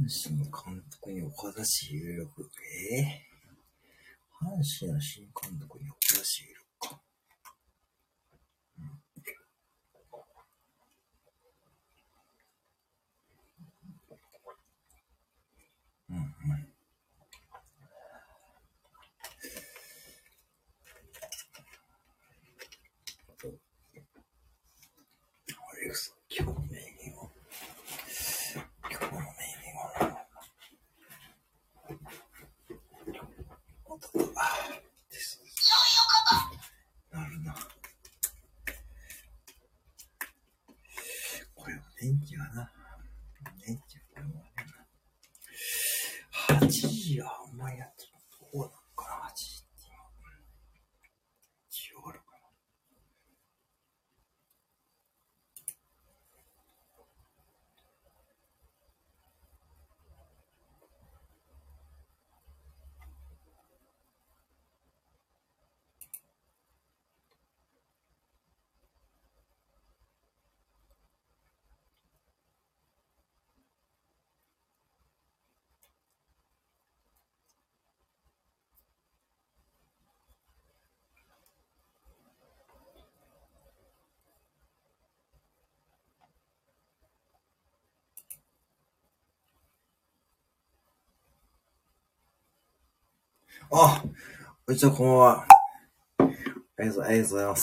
神監督に岡田氏有力。阪神の新監督に岡田氏有力か。うんうん。アレクサ、今日のメールを。今日のメールをな。なるな。これは電気がな。電気がこれもね。8時はあんまりやってる。どうなのかな、8時って今。需要あるかな。あ、こんにちは、こんばんは。ありがとうございます。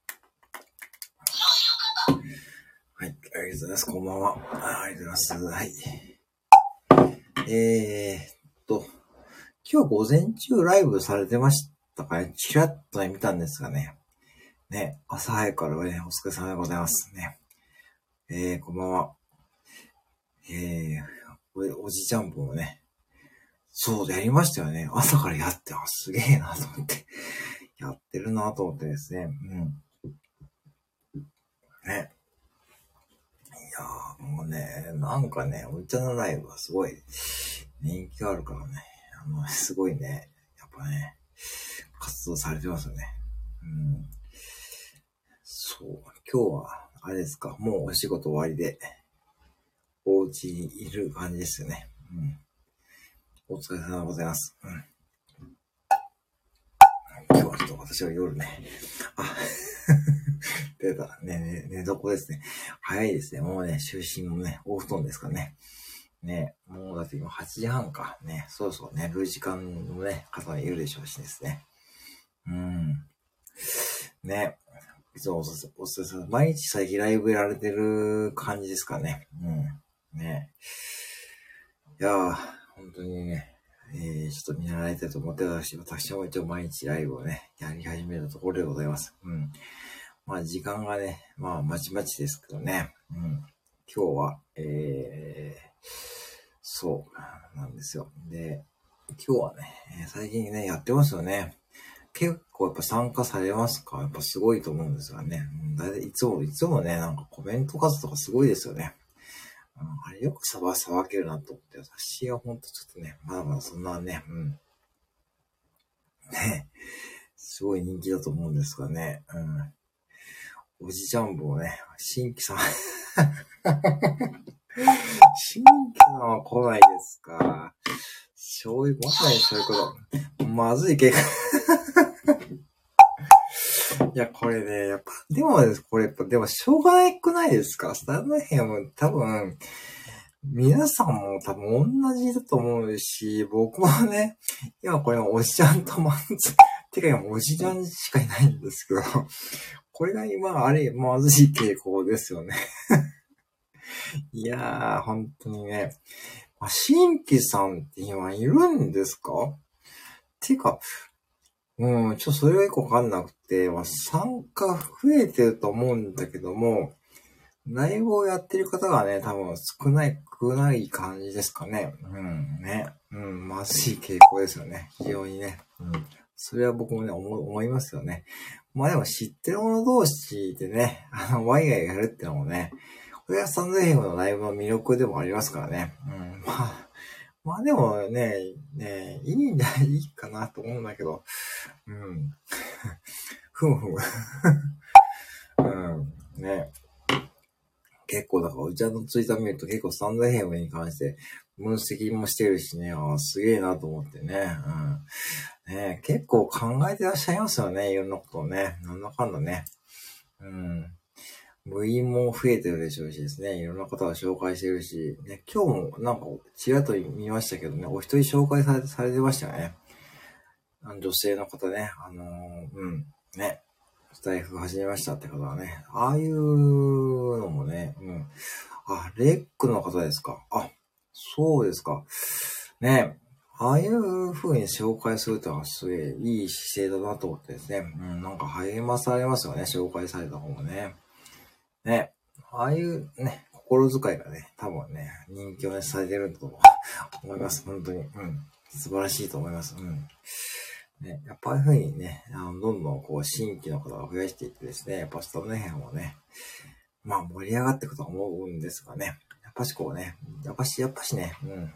はい、ありがとうございます。こんばんは。ありがとうございます。はい。今日午前中ライブされてましたかね。ちらっとね、見たんですがね。ね、朝早くからね、お疲れ様でございますね。こんばんは。おじちゃんぽんもね、そうでやりましたよね。朝からやって、すげえなと思って。やってるなと思ってですね。ね。いやー、もうね、なんかね、お茶のライブはすごい人気があるからね。すごいね、やっぱね、活動されてますよね。そう、今日は、あれですか、もうお仕事終わりで、お家にいる感じですよね。お疲れ様でございます。今日はちょっと私は夜ね、出た、寝床ですね。早いですね。もうね、就寝もね、お布団ですからね。ね、もうだって今8時半か。ね、そうそう寝る時間もね、方にいるでしょうしですね。ね、いつもおすすめ、毎日最近ライブやられてる感じですかね。ね。いやー、本当にね、ちょっと見習いたいと思ってたし、私も一応毎日ライブをね、やり始めたところでございます。まあ時間がね、まあまちまちですけどね。今日は、そうなんですよ。で、今日はね、最近ね、やってますよね。結構やっぱ参加されますか？やっぱすごいと思うんですがね。だいたいいつもね、なんかコメント数とかすごいですよね。あれよくさばけるなと思って、私はほんとちょっとね、まだまだそんなね、ね、すごい人気だと思うんですがね。おじちゃんぼね、新規さん、新規さんは来ないですか？まさにそういうこと。まずい結果。いや、これね、やっぱ、でも、これやっぱ、でも、しょうがなくないですか？スタンドFMも多分、皆さんも多分同じだと思うし、僕もね、今これおじちゃんとマンツ、てか今おじちゃんしかいないんですけど、これが今、まずい傾向ですよね。いやー、本当にね。新規さんって今いるんですか？てか、ちょっとそれがよくわかんなくて、参加増えてると思うんだけども、ライブをやってる方がね、多分少ない感じですかね。まずい傾向ですよね。非常にね。それは僕もね、思いますよね。まあでも知ってる者同士でね、ワイワイやるってのもね、これがスタンド FM のライブの魅力でもありますからね。まあでもね、いいかなと思うんだけど、ふむふむ。ね。 結構だから、うちのツイッター見ると結構スタンド FM に関して分析もしてるしね、すげえなと思ってね。ね、結構考えてらっしゃいますよね、いろんなことをね。なんだかんだね。部員も増えてるでしょうしですね、いろんな方が紹介してるし、ね、今日もなんかちらっと見ましたけどね、お一人紹介されてましたよね。女性の方ね、ね、スタイフ始めましたって方はね、ああいうのもね、レックの方ですか。そうですか。ね、ああいう風に紹介するってのはすげえいい姿勢だなと思ってですね、なんか励まされますよね、紹介された方もね。ね、ああいうね、心遣いがね、多分ね、人気をね、されてると思います。本当に。素晴らしいと思います。ね、やっぱああいう風にね、どんどんこう、新規の方が増やしていってですね、やっぱスタンド編もね、まあ盛り上がっていくと思うんですがね、やっぱしこうね、やっぱしね、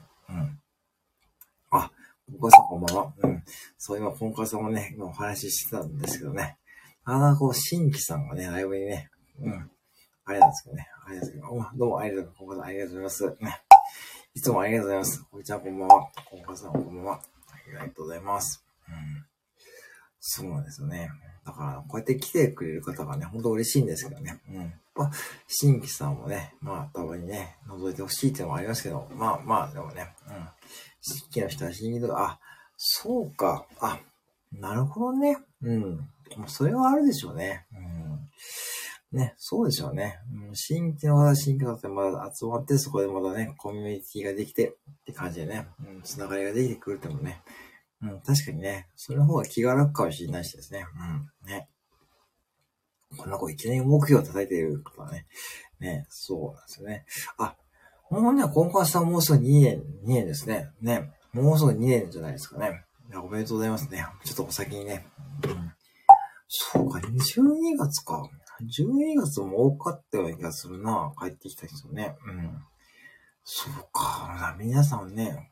あ、コンカさんこんばんは。そう今、コンカさんもね、今お話ししてたんですけどね、こう、新規さんがね、ライブにね、あれなんですけどね、あれなんですけど、どうもありがとうございます。ありがとうございます。ね。いつもありがとうございます。おいちゃんこんばんは。コンカさんこんばんは。ありがとうございます。そうなんですよね。だから、こうやって来てくれる方がね、本当嬉しいんですけどね。新規さんもね、たまにね、覗いてほしいっていうのもありますけど、でもね、新規の人は新規とか、そうか、なるほどね。それはあるでしょうね。ね、そうでしょうね。新規の方、新規の方まだ集まって、そこでまだね、コミュニティができて、って感じでね、つながりができてくるってもね、確かにね、それの方が気が楽かもしれないしですね。ね。こんな一年目標を叩いている方はね、ね、そうなんですよね。もうね、コンカンさんもうすぐ2年ですね。ね、もうすぐ2年じゃないですかね。おめでとうございますね。ちょっとお先にね。そうか、12月か。12月も多かったような気がするな。帰ってきた人ね。そうか。皆さんね、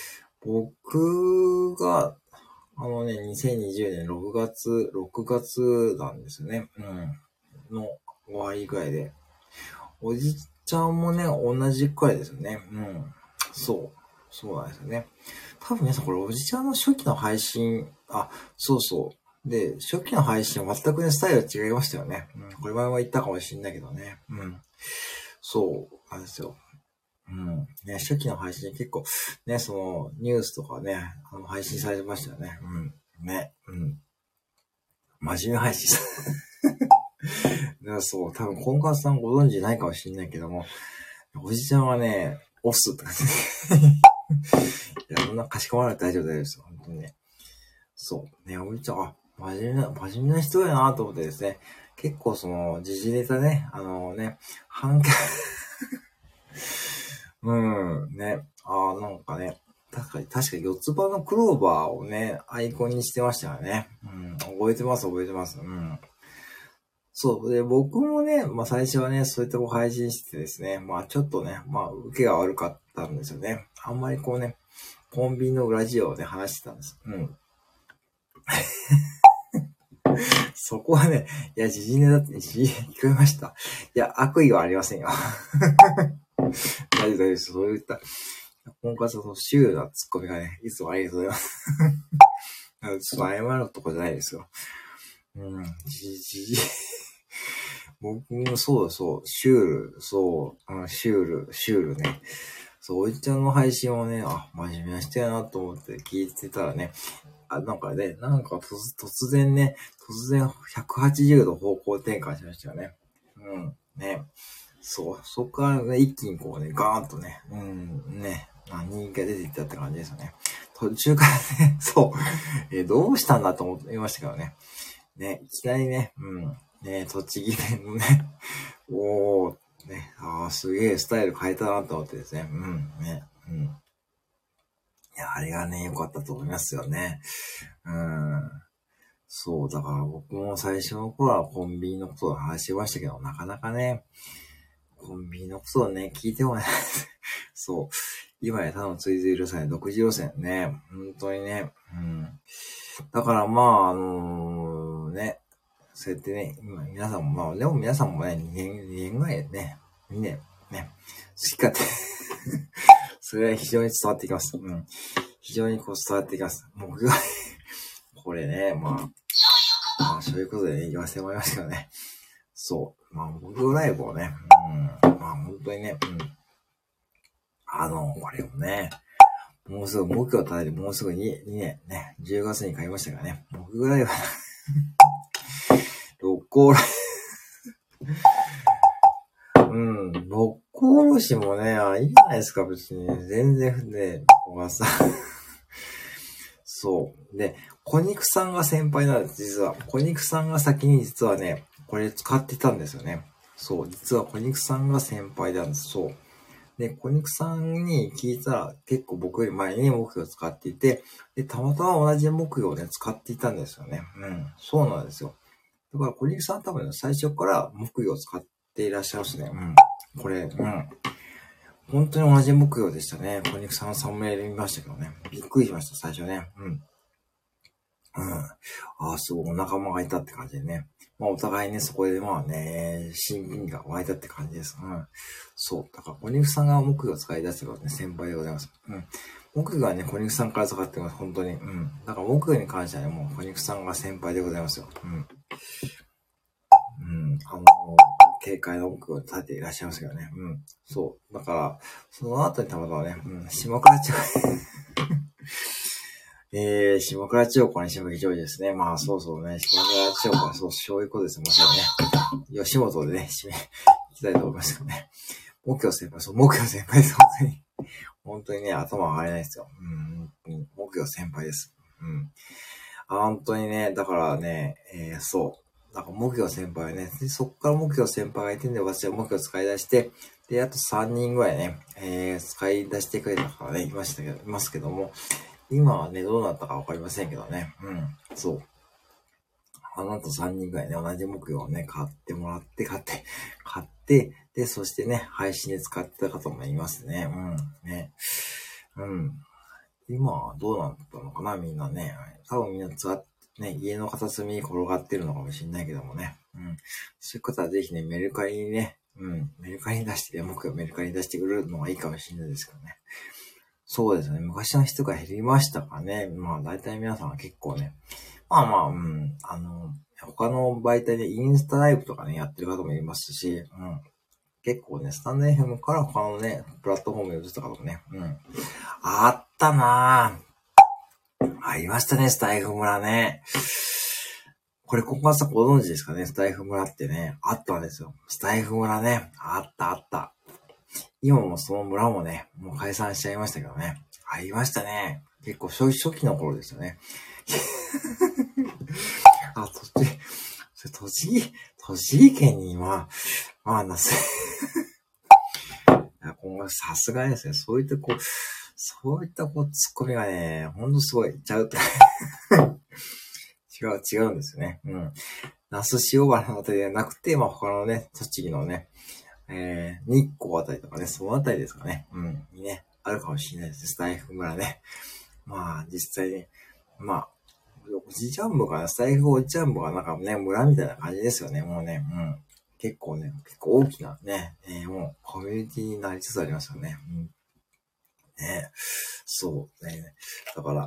僕が、2020年6月なんですよね。の終わりぐらいで。おじちゃんもね、同じくらいですよね。そうなんですよね。多分皆さんこれおじちゃんの初期の配信、そうそう。で、初期の配信は全くね、スタイル違いましたよね。これ前も言ったかもしれないけどね。そうなんですよ。ね、初期の配信結構、ね、その、ニュースとかね、配信されてましたよね。ね、真面目配信そう、多分、コンカンさんご存知ないかもしれないけども、おじちゃんはね、オスって感じ。いや、そんなかしこまられて大丈夫ですよ。本当にね。そうね、おじちゃん、真面目な人やなと思ってですね、結構その、時事ネタね、反響ね、なんかね、確か四つ葉のクローバーをね、アイコンにしてましたよね。覚えてます。そう。で、僕もね、最初はね、そういった配信してですね、ちょっとね、受けが悪かったんですよね。あんまりこうね、コンビニのラジオで話してたんです。そこはね、いや、時事ネタって、聞こえました。いや、悪意はありませんよ。大丈夫です。そういった、今回そのシュールなツッコミがね、いつもありがとうございます。ちょっと謝るとこじゃないですよ。僕もそう、シュール、シュールね。そう、おじちゃんの配信をね、真面目な人やなと思って聞いてたらね、なんか突然180度方向転換しましたよね。ね。そう、そこからね、一気にこうね、ガーンとね、ね、人気が出ていったって感じですよね。途中からね、そう、どうしたんだと思いましたけどね。ね、いきなりね、ね、栃木弁のね、ね、すげえスタイル変えたなと思ってですね、ね、いや、あれがね、良かったと思いますよね。そう、だから僕も最初の頃はコンビニのことを話しましたけど、なかなかね、コンビニのことをね、聞いてもね、そう、今や他の追随路線、独自路線ね、本当にね、だからね、そうやってね、今皆さんも、でも皆さんもね、2年ぐらいね、 ね、好きかって、それは非常に伝わってきます。非常にこう伝わってきます。僕が、これね、まあ、そういうことでね、言わせてもらいましたけどね。そう。まあ、僕のライブをね、まあ、本当にね、これをね、もうすぐ目標を立てて、もうすぐ2年ね、10月に買いましたからね。僕ぐらいは、六甲六甲おろしもね、いいじゃないですか、別に。全然ね、ここがさ、そう。で、小肉さんが先輩なんです、実は。小肉さんが先に実はね、これ使ってたんですよね。そう。実は小肉さんが先輩なんです。そう。で、小肉さんに聞いたら、結構僕より前に木魚を使っていて、で、たまたま同じ木魚をね、使っていたんですよね。そうなんですよ。だから小肉さん多分最初から木魚を使っていらっしゃいますね。これ、本当に同じ木魚でしたね。小肉さんのサムネイル見ましたけどね。びっくりしました、最初ね。すごいお仲間がいたって感じでね。まあお互いね、そこでまあね、親近が湧いたって感じです。そう。だから小肉さんが木魚を使い出してるね、先輩でございます。木魚はね、小肉さんから使ってます、本当に。だから木魚に関してはね、もう小肉さんが先輩でございますよ。軽快な木魚を立てていらっしゃいますけどね。そう。だから、その後にたまたまね、下倉町下倉千代子に下木ジョージですね。まあ、そうそうね。下倉千代子はそういうことですもんね。吉本でね、締め、いきたいと思いますけどね。木魚先輩、木魚先輩です。本当にね、頭上がれないですよ。木魚先輩です。本当にね、だからね、そう。なんか木魚先輩はね、そっから木魚先輩がいてんで、私は木魚使い出して、で、あと3人ぐらいね、使い出してくれたからね、いますけども、今はね、どうなったかわかりませんけどね。そう。あの後3人ぐらいね、同じ木魚をね、買って、で、そしてね、配信で使ってた方もいますね。今はどうなったのかな、みんなね。多分みんな家の片隅に転がってるのかもしれないけどもね。そういう方はぜひね、メルカリにね、メルカリに出して、木魚メルカリに出してくれるのがいいかもしれないですけどね。そうですね。昔の人が減りましたかね。まあ、大体皆さんは結構ね。他の媒体でインスタライブとかね、やってる方もいますし、結構ね、スタンド FM から他のね、プラットフォームに移った方もね、あったなぁ。ありましたね、スタイフ村ね。これ、ここはさ、ご存知ですかね、スタイフ村ってね、あったんですよ。スタイフ村ね、あった。今もその村もね、もう解散しちゃいましたけどね。ありましたね。結構初期の頃ですよね。栃木県に今、今後さすがですね。そういったツッコミがね、ほんとすごい、ちゃう。違うんですよね。那須塩原のあたりではなくて、まあ他のね、栃木のね、日光あたりとかね、そのあたりですかね。にね、あるかもしれないですね。スタイフ村ね。まあ、実際ね、まあ、おじジャンボが、スタイフおじジャンボがなんかね、村みたいな感じですよね。もうね、結構大きなね、もうコミュニティになりつつありますよね。ね、そうね。だから、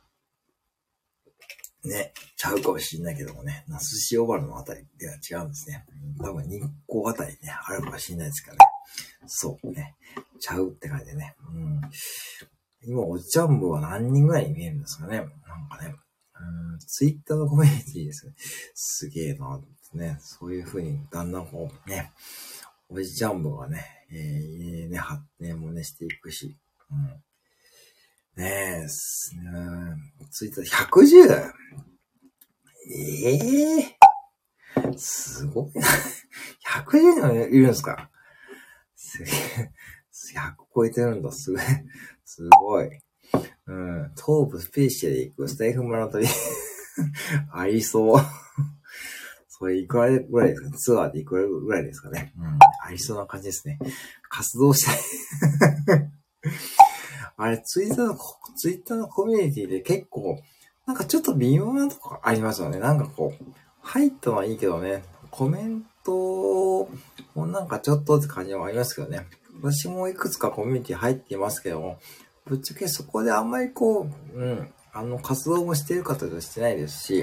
ね、ちゃうかもしれないけどもね、那須塩原のあたりでは違うんですね。多分日光あたりね、あるかもしれないですからね。そうね、ちゃうって感じでね。今、おじちゃん部は何人ぐらいに見えるんですかね。なんかね、ツイッターのコミュニティですね。すげえなってね、そういう風にだんだんこうね、おじちゃん部がね、発展もね、していくし、ねえ、ツイッター110! すごいな。110人もいるんですか？すげえ。100超えてるんだ。すごい。東部スペーシアで行くスタイフ村の旅ありそう。それいくらぐらいですか？ツアーでいくらぐらいですかね。ありそうな感じですね。活動したい。あれ、ツイッターのコミュニティで結構、なんかちょっと微妙なとこありますよね。なんかこう、入ったのはいいけどね、 コメントもなんかちょっとって感じはありますけどね。私もいくつかコミュニティ入っていますけども、ぶっちゃけそこであんまり活動もしている方としてないですし、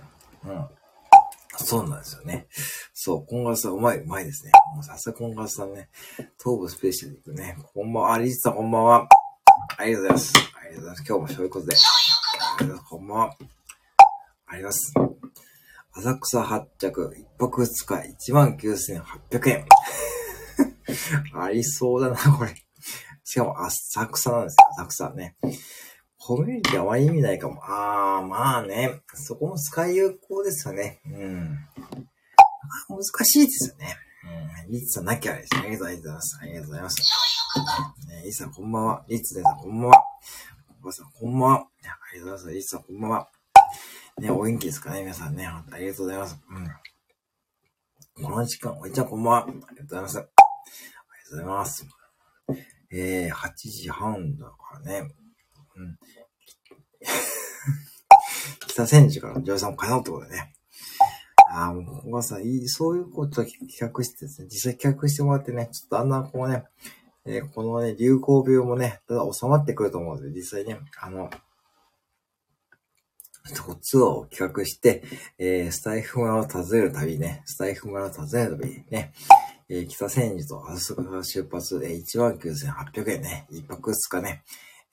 そうなんですよね。そう、コンガスさんうまいですね。もうさすがコンガスさんね。東部スペシャルでね。こんばんは、リツさんこんばんは。ありがとうございます。ありがとうございます。今日もそういうことで。こんばんは。ありがとうございます。浅草発着、一泊二日、19,800円。ありそうだな、これ。しかも、浅草なんですよ、浅草ね。コミュニティあまり意味ないかも。まあね。そこも使い有効ですよね。難しいですよね。リッツさんなきゃですね。ありがとうございます。ありがとうございます。リッツさんこんばんは。リッツさんこんばんは。おばさんこんばんは。ありがとうございます。リッツさんこんばんは。ね、お元気ですかね、皆さんね。ありがとうございます。この時間、おいちゃんこんばんは。ありがとうございます。ありがとうございます。8時半だからね。北千住からの女優さんも通うってことでね。もう、おばさん、そういうことを企画してですね、実際企画してもらってね、ちょっとだんだんこうね、このね、流行病もね、ただ収まってくると思うので、実際ね、ツアーを企画して、スタイフ村を訪ねる旅ね、ね、北千住とあそこから出発、19,800円ね、一泊二日ね、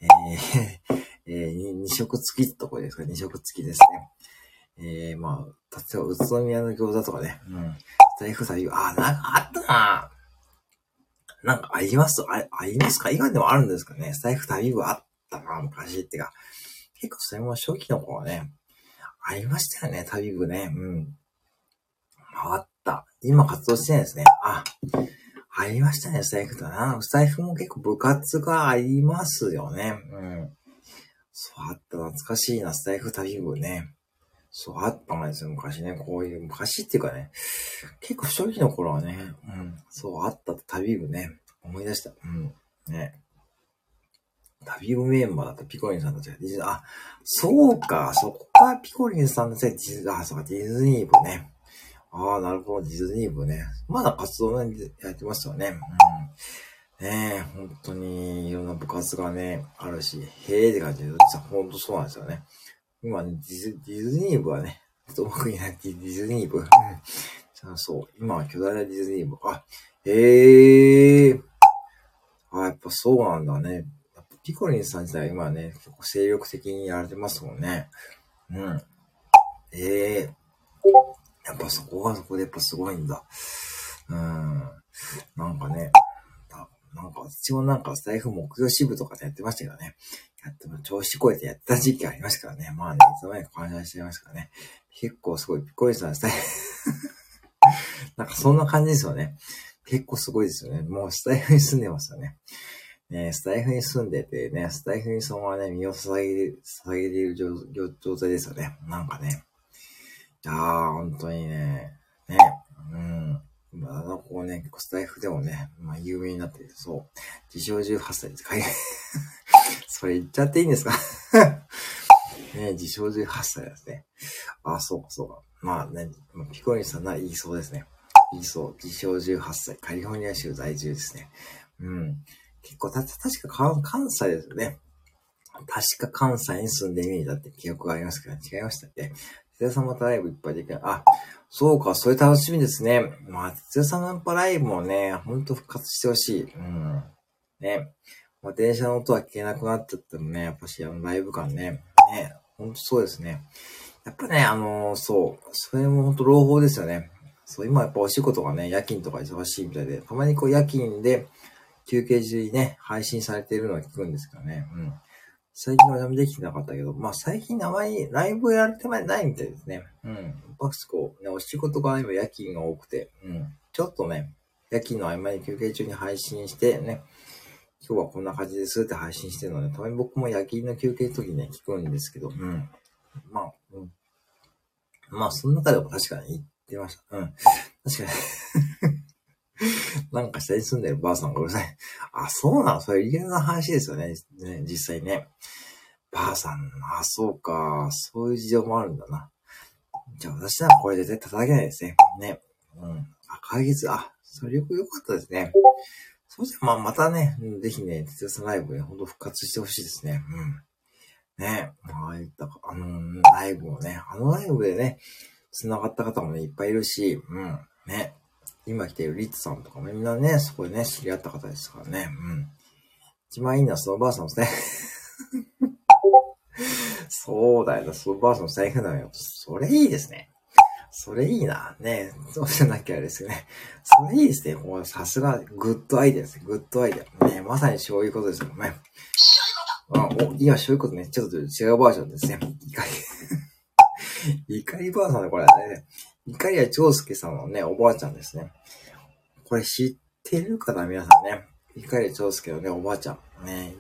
二食付きってとこですか、二食付きですね。例えば、宇都宮の餃子とかね、スタイフ旅、なんかあったななんかありますか今でもあるんですかね。スタイフ旅部あったな昔ってか。結構それも初期の頃ね、ありましたよね、旅部ね。あった。今活動してないですね。ありましたね、スタイフだな。スタイフも結構部活がありますよね。そう、あった。懐かしいな、スタイフ旅部ね。そう、あったんですよ、昔ね。こういう、昔っていうかね。結構初期の頃はね、そう、あった旅部ね。思い出した。ね。旅部メンバーだったピコリンさんたちがそうか、そこからピコリンさんたちがそうか、ディズニー部ね。なるほど、ディズニー部ね。まだ活動ね、やってますよね。ねえ、本当にいろんな部活がね、あるし、へえって感じで、本当そうなんですよね。今ね、ディズニー部はね、ちょっとうまくいないディズニー部。そう、今は巨大なディズニー部。へえ。やっぱそうなんだね。やっぱピコリンさん自体今ね、結構精力的にやられてますもんね。やっぱそこはそこでやっぱすごいんだ。なんかね、なんか私もなんかスタイフ目標支部とかでやってましたけどね。やっても調子こえてやってた時期ありましたからね。まあね、いつの間にか感謝してますからね。結構すごい、ピコリンさんスタイフなんかそんな感じですよね。結構すごいですよね。もうスタイフに住んでますよね。スタイフに住んでてね、スタイフにそのままね、身を捧げている状態ですよね。なんかね。本当にね、こうね、結構スタイフでもね、有名になってる。そう。自称18歳です。それ言っちゃっていいんですかね、自称18歳ですね。そうか、そうか。まあね、ピコリンさんなら言いそうですね。言いそう。自称18歳。カリフォルニア州在住ですね。結構、確か関西ですよね。確か関西に住んでみたって記憶がありますけど、違いましたっけ？哲也さんまたライブいっぱいできる。そうか、それ楽しみですね。哲也さんまたライブもね、ほんと復活してほしい。ね。電車の音は聞けなくなっちゃってもね、やっぱしライブ感ね。ね。ほんとそうですね。やっぱね、そう。それもほんと朗報ですよね。そう、今やっぱお仕事がね、夜勤とか忙しいみたいで、たまにこう夜勤で休憩中にね、配信されているのは聞くんですけどね。最近はダメできてなかったけど、最近あまりライブやれてないみたいですね。バクスコね、お仕事が今夜勤が多くて、ちょっとね、夜勤の合間に休憩中に配信してね、今日はこんな感じですって配信してるので、たまに僕も夜勤の休憩の時にね、聞くんですけど、その中でも確かに言ってました。確かに。なんか下に住んでるばあさんがうるさい。そうなの？それリアルな話ですよね。実際ね。ばあさん、そうか。そういう事情もあるんだな。じゃあ私ならこれで絶対叩けないですね。ね。 解決、それよかったですね。そうしたらまたね、ぜひね、哲也さんライブね、ほんと復活してほしいですね。ね、ライブをね、ライブでね、繋がった方もね、いっぱいいるし、ね、今来ているリッツさんとかもみんなね、そこでね、知り合った方ですからね、一番いいのはそのばあさんですね。そうだよな、そのばあさんの財布なのよ。それいいですね。それいいな。ね、そうじゃなきゃあれですよね。それいいですね。もうさすが、グッドアイデアですね。グッドアイデア。ね、まさにそういうことですよね。今そういうことね、ちょっと違うバージョンですね。怒りばあさんね、これね。怒りや長介さんのね、おばあちゃんですね。これ知ってるかな、皆さんね。怒りや長介のね、おばあちゃん。ね、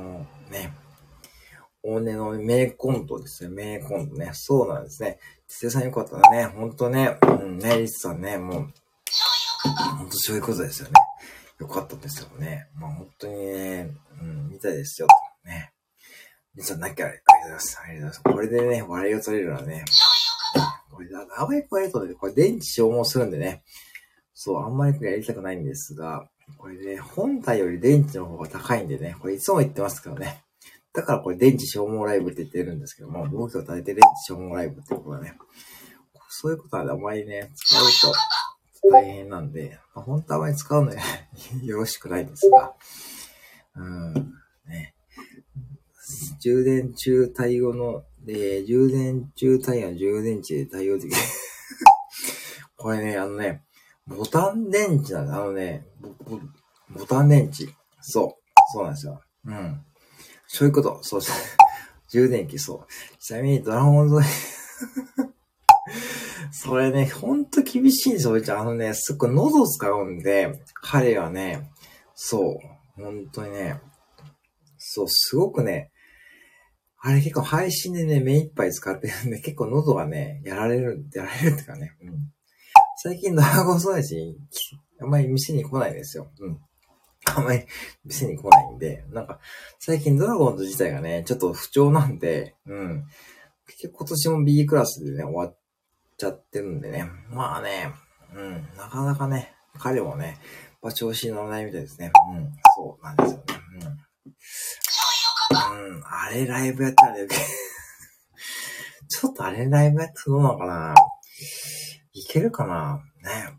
大根の名コントですね。名コントね。そうなんですね。つさんよかったね。ほんとね。ね、リスさんね、もう、ほんとそういうことですよね。よかったですよね。本当にね、みたいですよ。ね。リスさんなきゃありがとうございます。ありがとうございます。これでね、笑いを取れるのはね。これ、あまりこれとね、これ電池消耗するんでね。そう、あんまりこれやりたくないんですが、これね、本体より電池の方が高いんでね、これいつも言ってますけどね。だからこれ電池消耗ライブって言ってるんですけども、僕が大体電池消耗ライブってことはね、そういうことはあまりね、使うと大変なんで、本当はあまり使うのよよろしくないんですが、ね。充電中対応の、充電中対応の充電池で対応できる。これね、ボタン電池なんだ。ボタン電池。そうなんですよ。そういうこと。そう。充電器、そう。ちなみにドラゴンズそれね、ほんと厳しいんですよ。すっごい喉を使うんで、彼はね、そう、ほんとにね、そう、すごくね、あれ結構配信でね、目いっぱい使ってるんで、結構喉がね、やられるっていうかね、最近ドラゴンズエイジ、あんまり店に来ないですよ。あんまり店に来ないんで、最近ドラゴンズ自体がね、ちょっと不調なんで、結局今年も B クラスでね、終わっちゃってるんでね。まあね、なかなかね、彼もね、調子に乗らないみたいですね。そうなんですよね。あれライブやったらね、ちょっとあれライブやったらどうなのかないけるかなね。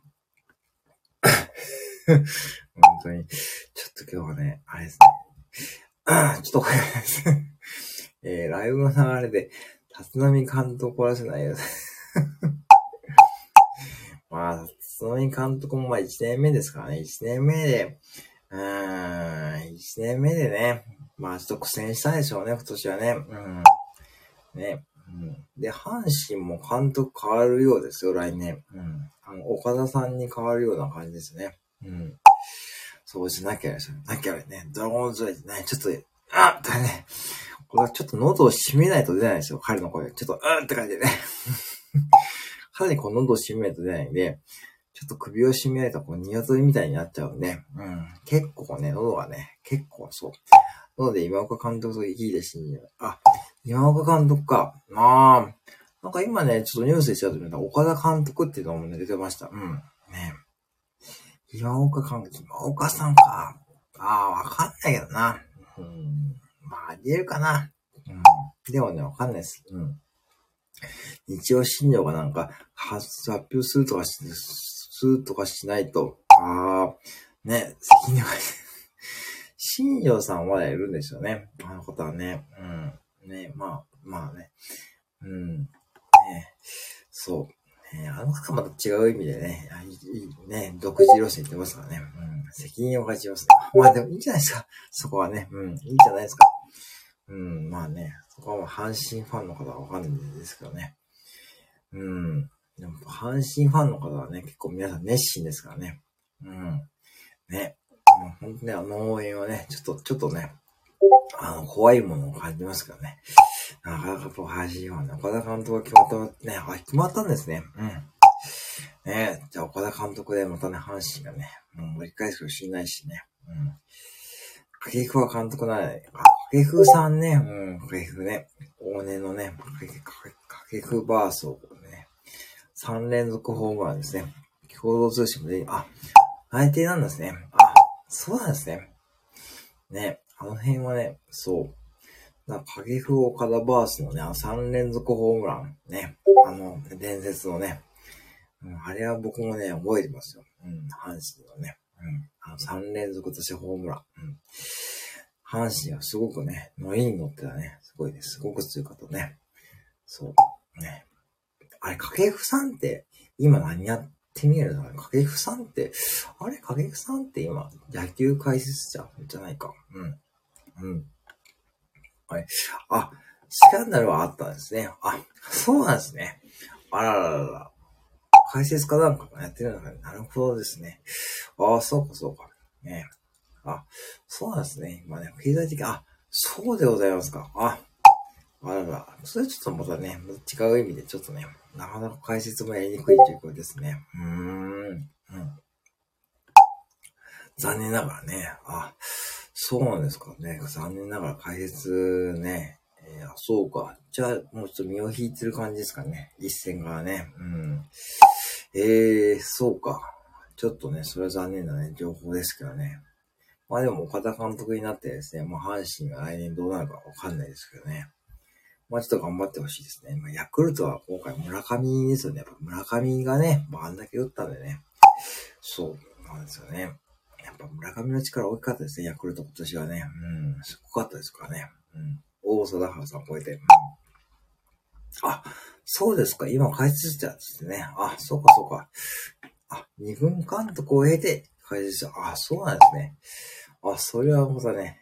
本当に。ちょっと今日はね、あれですね。ちょっとこれライブの流れで、立浪監督怒らせないよ。立浪監督も1年目ですからね。1年目で、1年目でね、ちょっと苦戦したでしょうね、今年はね。ね。で、阪神も監督変わるようですよ、来年。岡田さんに変わるような感じですね。そうしなきゃね、ドラゴンズでね、ちょっと、だね、これちょっと喉を締めないと出ないんですよ、彼の声。ちょっと、って感じでね。かなり喉を締めないと出ないんで、ちょっと首を締めないと鶏みたいになっちゃうんで、結構ね、喉がね、結構そう。なので、今岡監督といいですね。今岡監督か。今ね、ちょっとニュースでちょっと見た岡田監督っていうのもね、出てました。ね。今岡さんか。わかんないけどな。ありえるかな。でもね、わかんないです。日曜新庄が発表するとかしないと、ね、責任は、新庄さんはまだいるんですよね。あのことはね。ね、まあね。ね、そう。あの方はまた違う意味でね、ね、独自路線言ってますからね。責任を感じますね。でもいいんじゃないですか。そこはね。いいんじゃないですか。そこはもう阪神ファンの方はわかんないんですけどね。でも阪神ファンの方はね、結構皆さん熱心ですからね。ね。もう本当に応援はね、ちょっとね、怖いものを感じますからね。なかなか阪神ファンね、岡田監督が決まったんですね。ね、じゃあ岡田監督でまたね、阪神がね、盛り返すかもしれないしね。掛布は監督ならない。掛布さんね、掛布ね、往年のね、掛布バースをね、3連続ホームランですね。 共同通信もで、内定なんですね。そうなんですね。ね、あの辺はね、そう。影風岡田バースのね、3連続ホームラン。ね。伝説のね。あれは僕もね、覚えてますよ。阪神のね。3連続としてホームラン。阪神はすごくね、ノリに乗ってたね。すごいね、すごく強かったね。そう。ね。あれ、掛布さんって、今何やってみるの？掛布さんって、掛布さんって今、野球解説者じゃないか。はい。スキャンダルはあったんですね。そうなんですね。あらららら。解説家なんかもやってるのかね。なるほどですね。そうかそうか。ね。そうなんですね。今ね、経済的、そうでございますか。あらら。それちょっとまたね、違う意味でちょっとね、なかなか解説もやりにくいということですね。残念ながらね。そうなんですかね。残念ながら解説ね。そうか。じゃあ、もうちょっと身を引いてる感じですかね。一戦がね。そうか。ちょっとね、それは残念なね、情報ですけどね。でも、岡田監督になってですね、阪神が来年どうなるかわかんないですけどね。ちょっと頑張ってほしいですね。ヤクルトは今回村上ですよね。やっぱ村上がね、あんだけ打ったんでね。そうなんですよね。やっぱ村上の力大きかったですね、ヤクルト今年はね。すごかったですからね。大貞治さんを超えて。そうですか。今解説者ですね。そうかそうか。二軍監督を経て解説者。そうなんですね。それはまたね、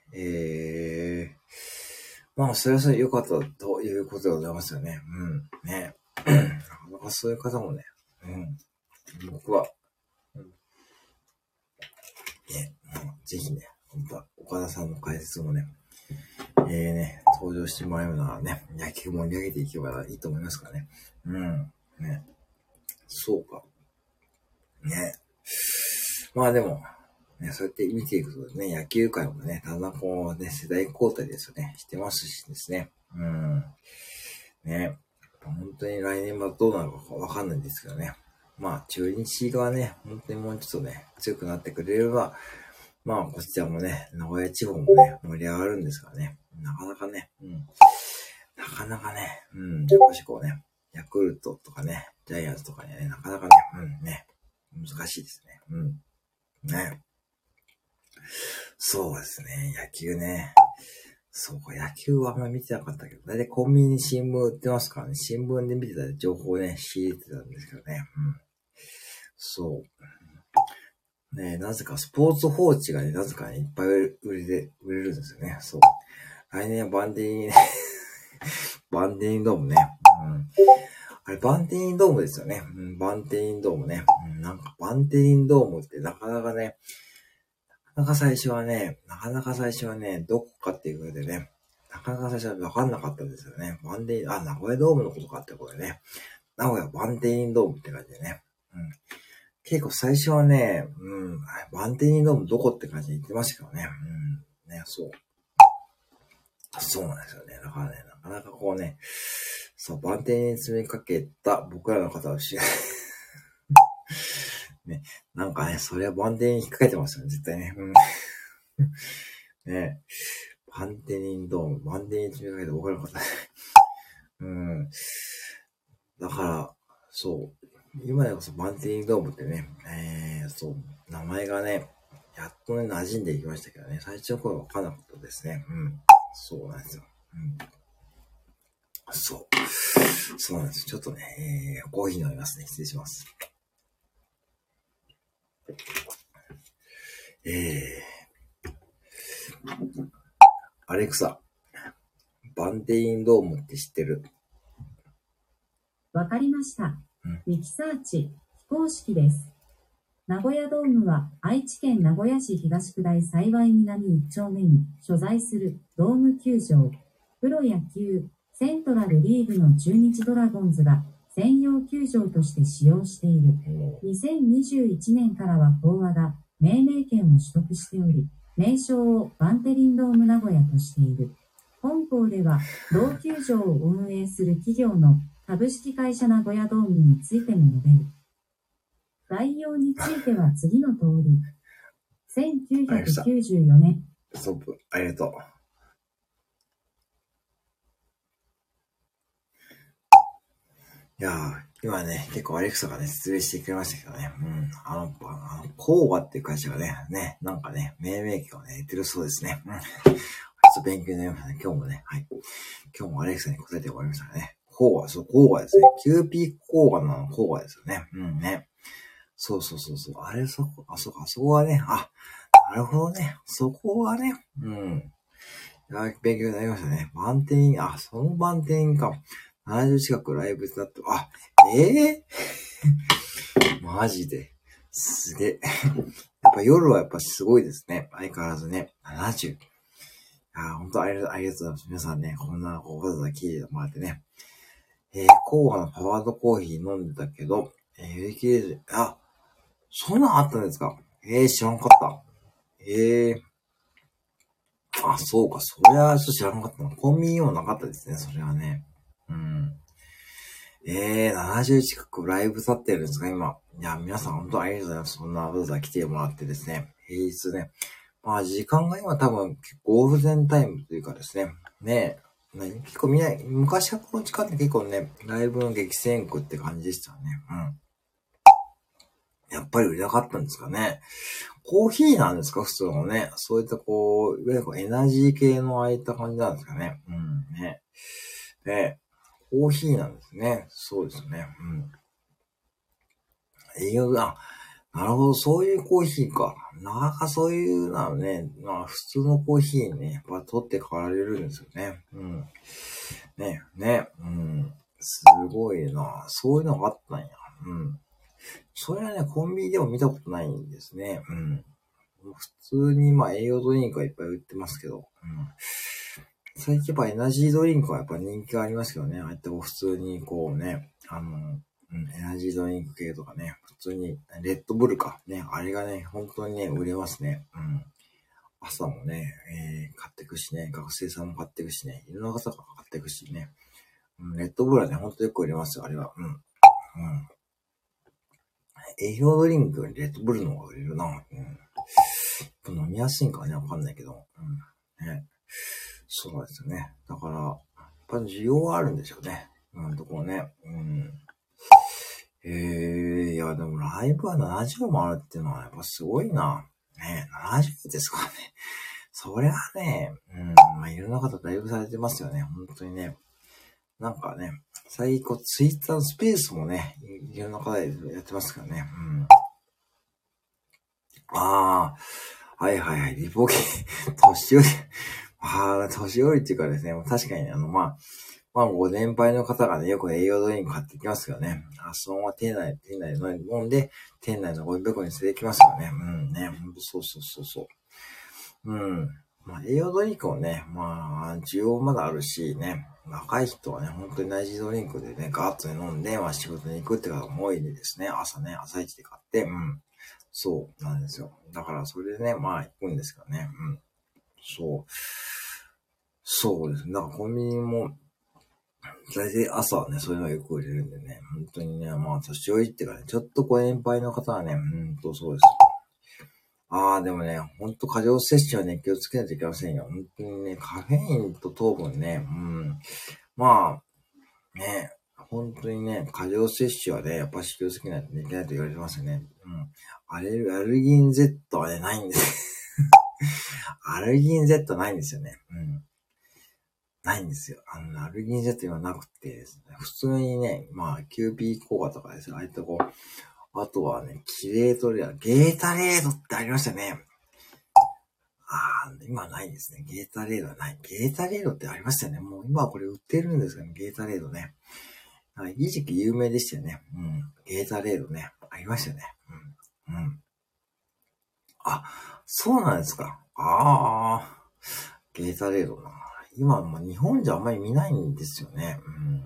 それはそれ良かったということでございますよね。ね。なかなかそういう方もね、僕は、ぜひね、本当は岡田さんの解説もね、登場してもらえるならね、野球盛り上げていけばいいと思いますからね。ね。そうか。ね。でも、ね、そうやって見ていくとね、野球界もね、だんだんこうね、世代交代ですよね、してますしですね。ね。本当に来年はどうなるかわかんないんですけどね。中日がね、本当にもうちょっとね、強くなってくれれば、こちらもね、名古屋地方もね、盛り上がるんですからね。なかなかね、なかなかね、やっぱしこうね、ヤクルトとかね、ジャイアンツとかにはね、なかなかね、難しいですね。ね。そうですね、野球ね。そうか、野球はあんまり見てなかったけど、だいたいコンビニに新聞売ってますからね、新聞で見てた情報をね、仕入れてたんですけどね。そう。ね、なぜかスポーツ報知がね、なぜかね、いっぱい売れるんですよね。そう。来年はバンディーンね、バンディーンドームね。あれ、バンテリンドームですよね。バンテリンドームね。なんか、バンテリンドームってなかなかね、なかなか最初はね、どこかっていう風でね、なかなか最初はわかんなかったんですよね。バンテリン、名古屋ドームのことかってことでね。名古屋バンテリンドームって感じでね。結構最初はね、バンテリンドームどこって感じで言ってましたけどね。ね、そう。そうなんですよね。だからね、なかなかこうね、そう、バテンに詰めかけた僕らの方はね、なんかね、それはバンテンに引っ掛けてますよね、絶対ね。ね、バンテリンドーム、バンテンに詰めかけた僕らの方。だから、そう、今でこそバンテリンドームってね、そう、名前がね、やっとね、馴染んでいきましたけどね、最初の頃は分からなかったですね。そうなんですよ。そうなんです。ちょっとね、コーヒー飲みますね。失礼します。アレクサ、バンテインドームって知ってる？ わかりました。ウィキサーチ、非公式です。名古屋ドームは愛知県名古屋市東区大幸南1丁目に所在するドーム球場。プロ野球セントラルリーグの中日ドラゴンズが専用球場として使用している。2021年からは東和が命名権を取得しており、名称をバンテリンドーム名古屋としている。本校では同球場を運営する企業の株式会社名古屋ドームについても述べる。 概要については次の通り。1994年。 ストップ。ありがとう。いやー、今ね、結構アレクサがね、説明してくれましたけどね。コーバっていう会社がね、なんかね、命名権をね、言ってるそうですね。ちょっと勉強になりましたね。今日もね、はい。今日もアレクサに答えて終わりましたね。コーバですね。キューピーコーバのコーバですよね。ね。そう。あそこはね、なるほどね。そこはね、勉強になりましたね。バンテリン、そのバンテリンか。70近くライブだと、マジで。すげえ。やっぱ夜はやっぱすごいですね。相変わらずね。70。本当ありがとうございます。皆さんね、こんな、わざわざ聞いてもらってね。コーラのパワードコーヒー飲んでたけど、売り切れず、そんなんあったんですか？知らんかった。そうか。それは知らんかったな。コンビニにもなかったですね、それはね。70近くライブ立ってるんですか、今。いや、皆さん本当ありがとうございます。そんなわざわざ来てもらってですね。平日ね。時間が今多分結構ゴールデンタイムというかですね。結構昔はこの時間って結構ね、ライブの激戦区って感じでしたよね。やっぱり売れなかったんですかね。コーヒーなんですか、普通のね。そういったいわゆるエナジー系のああいった感じなんですかね。コーヒーなんですね。そうですね。なるほど、そういうコーヒーか。なかなかそういうのはね、普通のコーヒーね、やっぱ取って買われるんですよね。すごいな。そういうのがあったんや。それはね、コンビニでも見たことないんですね。普通に栄養ドリンクはいっぱい売ってますけど、最近やっぱエナジードリンクはやっぱ人気がありますけどね。ああやって普通にエナジードリンク系とかね、普通にレッドブルか。ね、あれがね、本当にね、売れますね。朝もね、買ってくしね、学生さんも買ってくしね、いろんな方が買ってくしね。レッドブルはね、ほんとよく売れますよ、あれは。栄養ドリンクよりレッドブルの方が売れるな。飲みやすいんかね、わかんないけど。ね。そうですよね。だから、やっぱり需要はあるんでしょうね。ところね。いや、でもライブは70もあるっていうのはやっぱすごいな。ね、70ですかね。それはね、いろんな方ライブされてますよね。本当にね。なんかね、最近ツイッターのスペースもね、いろんな方でやってますからね。リポ系、年寄り、年寄りっていうかですね、確かにご年配の方がね、よく栄養ドリンク買ってきますけどね。そのまま店内で飲んで、店内のゴミ箱に捨ててきますよね。ほんとそう。栄養ドリンクもね、需要まだあるしね、若い人はね、本当にエナジードリンクでね、ガーッと飲んで、仕事に行くって方も多いんでですね、朝一で買って、そうなんですよ。だからそれでね、行くんですけどね、そうですね。だからコンビニも、大体朝はね、そういうのがよく売れるんでね、本当にね、年寄りっていうかね、ちょっと年配の方はね、そうです。でもね、ほんと過剰摂取はね、気をつけないといけませんよ。本当にね、カフェインと糖分ね、本当にね、過剰摂取はね、やっぱし気をつけないといけないと言われてますよね。アルギン Z はね、ないんです。アルギン Z ないんですよね。ないんですよ。アルギン Z はなくてですね、普通にね、キューピーコーガとかですね、あとはね、キレートレア、ゲータレードってありましたね。今ないですね。ゲータレードはない。ゲータレードってありましたよね。もう今はこれ売ってるんですけどね、ゲータレードね。一時期有名でしたよね。ゲータレードね。ありましたよね。そうなんですか。ゲータレードな。今、日本じゃあんまり見ないんですよね。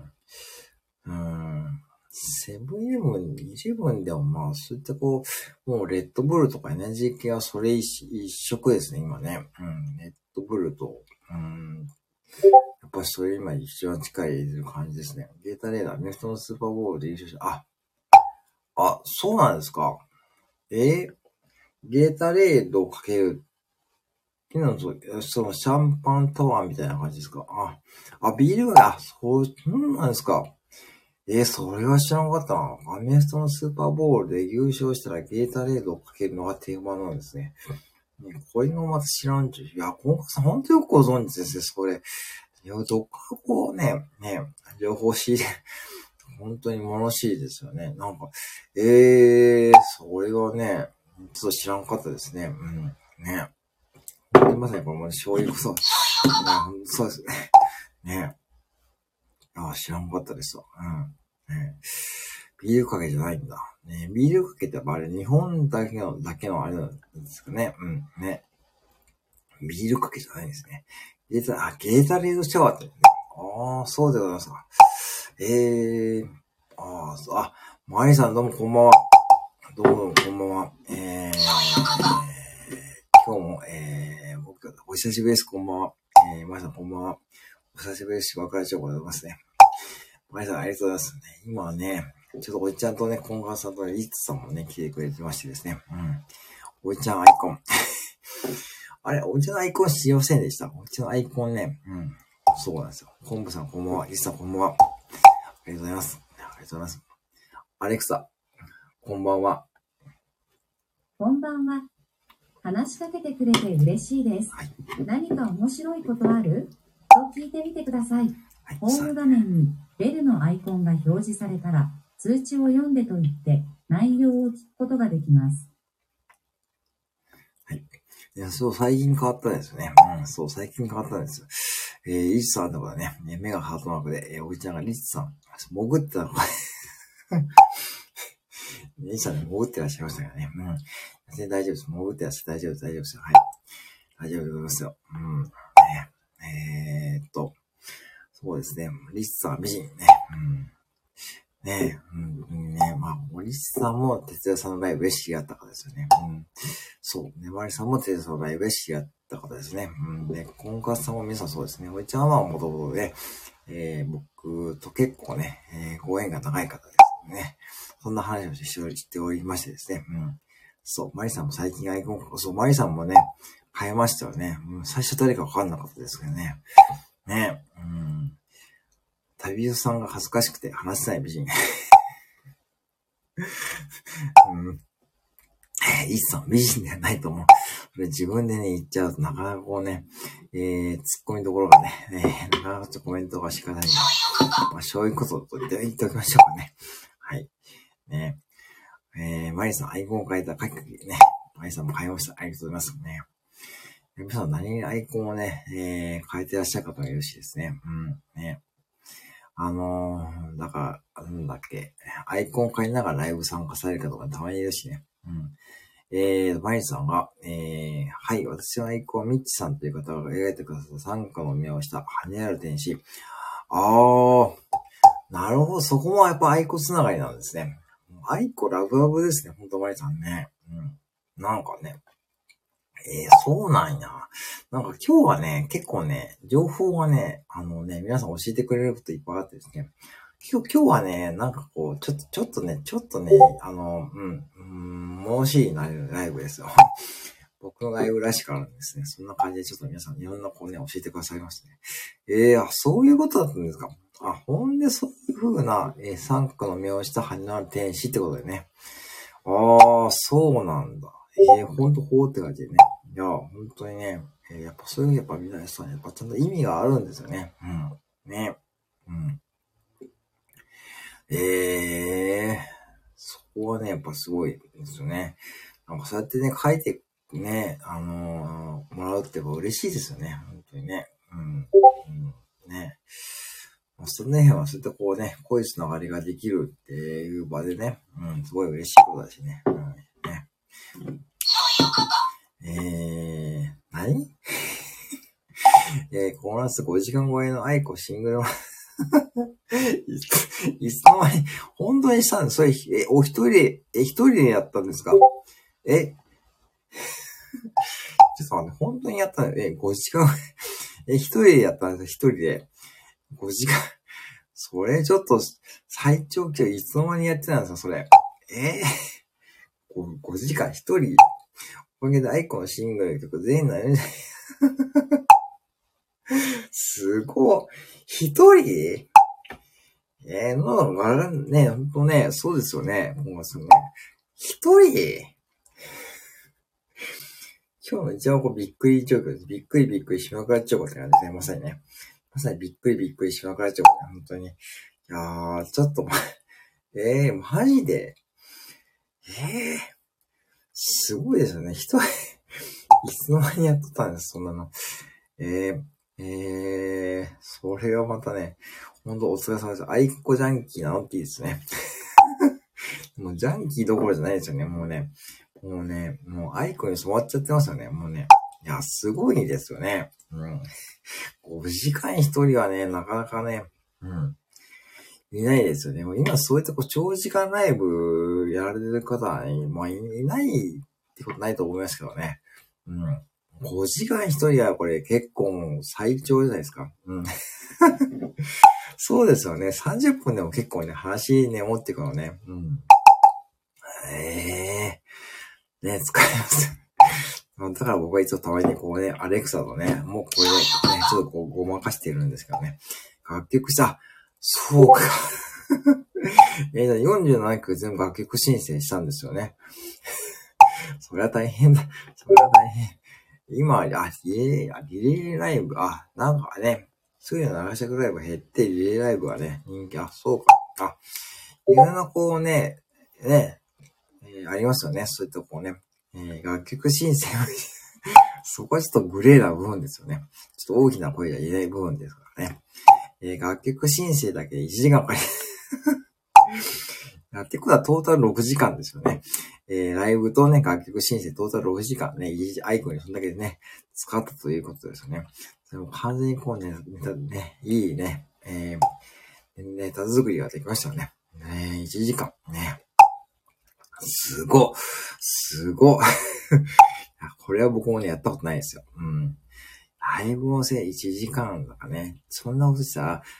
セブンイレブン、イレブンでもそういったもうレッドブルとかエナジー系はそれ一色ですね、今ね。レッドブルと、やっぱりそれ今一番近い感じですね。ゲータレーダー、アメフトのスーパーボールで優勝した。 あ、そうなんですか。ゲータレードをかけるっていうのと、そのシャンパンタワーみたいな感じですか。ビールが、そうなんですか。それは知らなかったな。アメフトのスーパーボールで優勝したらゲータレードをかけるのが定番なんですね。これもまた知らんちゅう。いや、今回さん本当よくご存知ですね、それ。いや、どっからこうね、情報仕入れ、本当に物知りですよね。なんか、それはね、ちょっと知らんかったですね。うん。ね。すいません、これも醤油こそ。ね、そうですね。ね。知らんかったですわ。うん。ね。ビールかけじゃないんだ。ね。ビールかけってあれ、日本だけのあれなんですかね。うん。ね。ビールかけじゃないんですね。ゲータレードシャワーってね。そうでございますか。マリさんどうもこんばんは。どうもこんばんは。今日も、僕、お久しぶりです。こんばんは。マリさんこんばんは。お久しぶりです。別れちゃうございますね。マリさんありがとうございますね。今はね、ちょっとおいちゃんとね、コンガーさんとね、リッツさんもね、来てくれてましてですね。うん。おいちゃんアイコン。あれ、おいちゃんのアイコン知りませんでした。おいちゃんのアイコンね。うん。そうなんですよ。コンブさんこんばんは。リッツさんこんばんは。ありがとうございます。ありがとうございます。アレクサ、こんばんは。 こんばんは。話しかけてくれて嬉しいです。はい、何か面白いことある？と聞いてみてください。はい、ホーム画面にベルのアイコンが表示されたら、通知を読んでと言って内容を聞くことができます。 はい。いや、そう、最近変わったんですよね。うん、そう、最近変わったんですよ。リツさんのところね、目がハートマークで、おじちゃんがリツさん、潜ってたのか。リツさんね、潜ってらっしゃいましたからね。うん。全然大丈夫です。潜ってらっしゃ大丈夫です。大丈夫ですよ。はい。大丈夫でございますよ。うん。そうですね。リツさんは美人ね。うん。ねえ、森さんも哲也さんのライブで知り合った方ですよね。うん。そう。ね、マリさんも哲也さんのライブで知り合った方ですね。うん。で、コンカスさんも皆さんそうですね。おいちゃんはもともとで、僕と結構ね、ご縁が長い方ですね。そんな話をしておりましてですね。うん。そう。マリさんも最近アイコン、そう、マリさんもね、変えましたよね。うん。最初誰かわかんなかったですけどね。ねえ。うん。旅人さんが恥ずかしくて話せない美人。うん。いっそ美人ではないと思う。それ自分でね、言っちゃうとなかなかこうね、突っ込みどころがね、なかなかちょっとコメントがしかないので、そういうことと言っておきましょうかね。はい。ね。マリさんアイコンを変えた書きね。マリさんも変えました。ありがとうございますね。皆さん何アイコンをね、変えてらっしゃる方がいるしですね。うん。ね。だから、なんだっけ、アイコンを変えながらライブ参加される方がたまにいるしね。うん。マリさんが、はい、私のアイコンはミッチさんという方が描いてくださった参加の目をした羽ある天使。なるほど、そこもやっぱアイコつながりなんですね。アイコラブラブですね、ほんとマリさんね。うん。なんかね、そうなんや。なんか今日はね、結構ね、情報がね、皆さん教えてくれることいっぱいあってですね。今日はね、なんかこう、ちょっとね、物知りなライブですよ。僕のライブらしくあるんですね。そんな感じでちょっと皆さんいろんなこうね、教えてくださいましたね。そういうことだったんですか。ほんでそういう風な、三角の目をした羽のある天使ってことでね。そうなんだ。ほんとこうって感じでね。いや、本当にね、やっぱそういうやっぱ皆さん、やっぱちゃんと意味があるんですよね。うん。ね。うん。そこはね、やっぱすごいですよね。なんかそうやってね、書いてね、もらうってやっぱ嬉しいですよね。本当にね。うん。うん、ね。その辺はそういったこうね、濃いつながりができるっていう場でね、うん、すごい嬉しいことだしね。うん、ね。何この夏5時間超えのアイコシングルいつの間に、本当にしたんです。それ、お一人でやったんですか？ちょっと待って、本当にやったの5時間、一人でやったんですよ、一人で。5時間。それちょっと、最長記録いつの間にやってたんですか、それ。 5時間一人。おかげでアイコンのシングル曲全員なるんじゃないすごい。一人なんかね、ほんとね、そうですよね。もうそのね、一人今日の一番びっくり状況です。びっくりしまくらっちゃうことなんですね。まさにね。まさにびっくりしまくらっちゃうことね。本当に。いやー、ちょっとマジで。すごいですよね。いつの間にやっとったんです、そんなの。それがまたね、ほんとお疲れ様です。アイコジャンキーなのっていいですね。もうジャンキーどころじゃないですよね。もうアイコに染まっちゃってますよね。もうね。いや、すごいですよね。5時間一人はね、なかなかね、いないですよね。もう今そういった長時間ライブやられてる方はね、いないってことないと思いますけどね。5時間一人はこれ結構もう最長じゃないですか。そうですよね。30分でも結構ね、話ね、持っていくのね。ね、使います。だから僕はいつもたまにこうね、アレクサとね、もうこれでね、ちょっとこうごまかしてるんですけどね。楽曲さ、そうか。47曲全部楽曲申請したんですよね。それは大変だ。それは大変。今、リレーライブ、なんかね、そういうの流したくライブ減って、リレーライブはね、人気、そうか。いろんなこうね、ありますよね。そういったこうね、楽曲申請はそこはちょっとグレーな部分ですよね。ちょっと大きな声が言えない部分ですからね。楽曲申請だけで1時間かかりやってことはトータル6時間ですよね。ライブとね、楽曲申請トータル6時間ね、アイコンにそんだけでね、使ったということですよね。それも完全にこうね、いいね、ネタ作りができましたよね。1時間ね。すごい。これは僕もね、やったことないですよ。ライブのせい1時間とかね、そんなことしたら、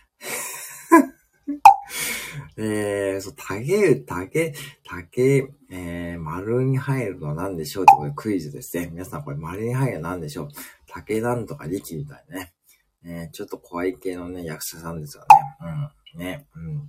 丸に入るのは何でしょうってことでクイズですね。皆さんこれ丸に入るのは何でしょう。竹なんとか力みたいなね。ちょっと怖い系のね、役者さんですよね。